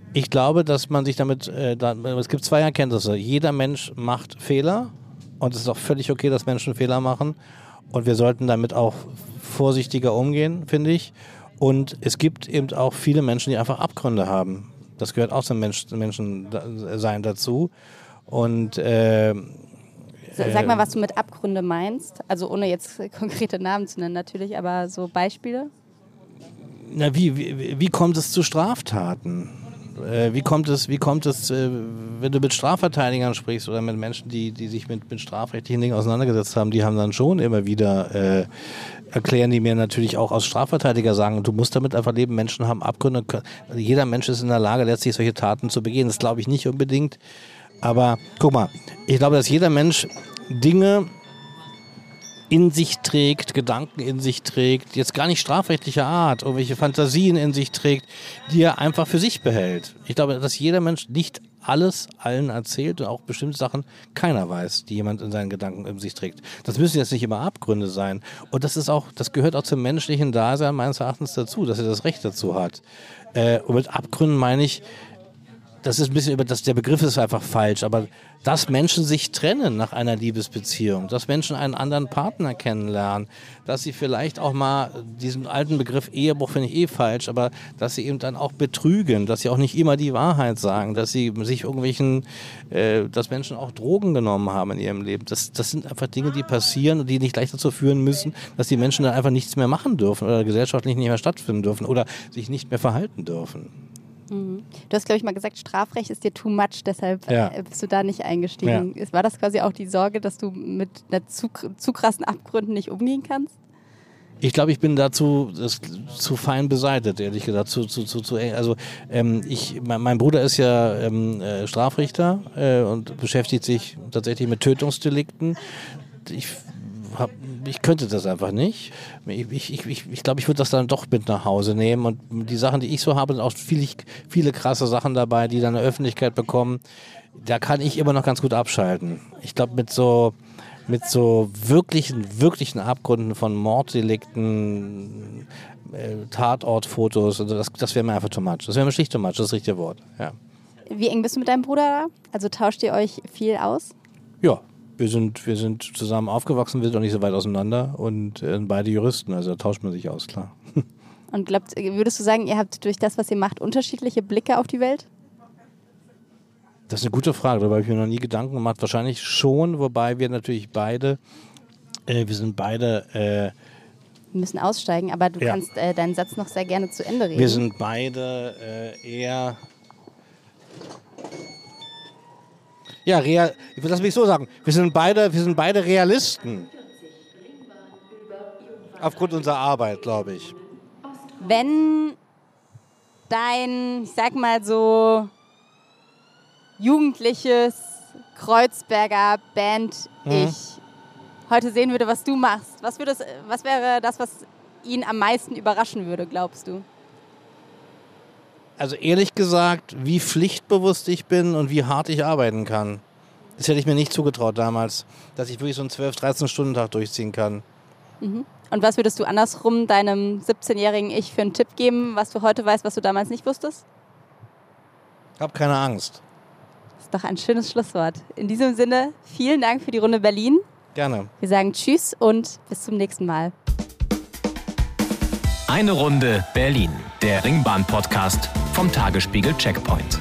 Ich glaube, dass man sich damit, es gibt zwei Erkenntnisse. Jeder Mensch macht Fehler und es ist auch völlig okay, dass Menschen Fehler machen und wir sollten damit auch vorsichtiger umgehen, finde ich. Und es gibt eben auch viele Menschen, die einfach Abgründe haben. Das gehört auch zum Menschensein dazu. Und sag mal, was du mit Abgründe meinst. Also ohne jetzt konkrete Namen zu nennen natürlich, aber so Beispiele? Na, wie kommt es zu Straftaten? Wie kommt es, wenn du mit Strafverteidigern sprichst oder mit Menschen, die sich mit strafrechtlichen Dingen auseinandergesetzt haben, die haben dann schon immer wieder, erklären die mir natürlich auch aus Strafverteidiger sagen, du musst damit einfach leben, Menschen haben Abgründe. Jeder Mensch ist in der Lage, letztlich solche Taten zu begehen. Das glaube ich nicht unbedingt. Aber guck mal, ich glaube, dass jeder Mensch Dinge in sich trägt, Gedanken in sich trägt, jetzt gar nicht strafrechtlicher Art, irgendwelche Fantasien in sich trägt, die er einfach für sich behält. Ich glaube, dass jeder Mensch nicht alles allen erzählt und auch bestimmte Sachen keiner weiß, die jemand in seinen Gedanken in sich trägt. Das müssen jetzt nicht immer Abgründe sein. Und das gehört auch zum menschlichen Dasein meines Erachtens dazu, dass er das Recht dazu hat. Und mit Abgründen meine ich, das ist ein bisschen der Begriff ist einfach falsch, aber dass Menschen sich trennen nach einer Liebesbeziehung, dass Menschen einen anderen Partner kennenlernen, dass sie vielleicht auch mal diesen alten Begriff Ehebruch finde ich falsch, aber dass sie eben dann auch betrügen, dass sie auch nicht immer die Wahrheit sagen, dass sie sich dass Menschen auch Drogen genommen haben in ihrem Leben. Das sind einfach Dinge, die passieren und die nicht gleich dazu führen müssen, dass die Menschen dann einfach nichts mehr machen dürfen oder gesellschaftlich nicht mehr stattfinden dürfen oder sich nicht mehr verhalten dürfen. Du hast, glaube ich, mal gesagt, Strafrecht ist dir too much, deshalb bist du da nicht eingestiegen. Ja. War das quasi auch die Sorge, dass du mit einer zu krassen Abgründen nicht umgehen kannst? Ich glaube, ich bin dazu zu fein beseitigt, ehrlich gesagt. Mein Bruder ist ja Strafrichter und beschäftigt sich tatsächlich mit Tötungsdelikten. Ich könnte das einfach nicht. Ich glaube, ich würde das dann doch mit nach Hause nehmen. Und die Sachen, die ich so habe, sind auch viele krasse Sachen dabei, die dann eine Öffentlichkeit bekommen. Da kann ich immer noch ganz gut abschalten. Ich glaube, mit so wirklichen Abgründen von Morddelikten, Tatortfotos, das wäre mir einfach too much. Das wäre mir schlicht too much, das ist das richtige Wort. Ja. Wie eng bist du mit deinem Bruder da? Also tauscht ihr euch viel aus? Ja. Wir sind zusammen aufgewachsen, wir sind auch nicht so weit auseinander und beide Juristen, also da tauscht man sich aus, klar. Und würdest du sagen, ihr habt durch das, was ihr macht, unterschiedliche Blicke auf die Welt? Das ist eine gute Frage, darüber habe ich mir noch nie Gedanken gemacht. Wahrscheinlich schon, wobei wir natürlich beide, wir müssen aussteigen, aber du kannst deinen Satz noch sehr gerne zu Ende reden. Wir sind beide eher... Ja, lass mich so sagen, wir sind beide Realisten. Aufgrund unserer Arbeit, glaube ich. Wenn dein, ich sag mal so, jugendliches Kreuzberger Band-Ich heute sehen würde, was du machst, was wäre das, was ihn am meisten überraschen würde, glaubst du? Also ehrlich gesagt, wie pflichtbewusst ich bin und wie hart ich arbeiten kann. Das hätte ich mir nicht zugetraut damals, dass ich wirklich so einen 12-13-Stunden-Tag durchziehen kann. Mhm. Und was würdest du andersrum deinem 17-jährigen Ich für einen Tipp geben, was du heute weißt, was du damals nicht wusstest? Hab keine Angst. Das ist doch ein schönes Schlusswort. In diesem Sinne, vielen Dank für die Runde Berlin. Gerne. Wir sagen Tschüss und bis zum nächsten Mal. Eine Runde Berlin, der Ringbahn-Podcast vom Tagesspiegel Checkpoint.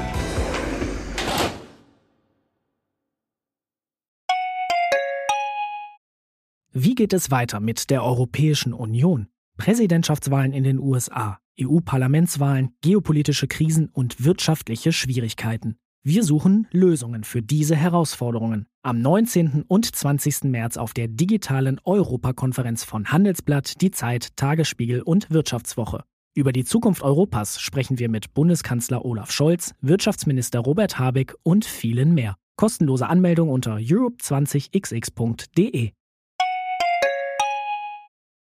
Wie geht es weiter mit der Europäischen Union? Präsidentschaftswahlen in den USA, EU-Parlamentswahlen, geopolitische Krisen und wirtschaftliche Schwierigkeiten. Wir suchen Lösungen für diese Herausforderungen. Am 19. und 20. März auf der digitalen Europakonferenz von Handelsblatt, Die Zeit, Tagesspiegel und Wirtschaftswoche. Über die Zukunft Europas sprechen wir mit Bundeskanzler Olaf Scholz, Wirtschaftsminister Robert Habeck und vielen mehr. Kostenlose Anmeldung unter europe20xx.de.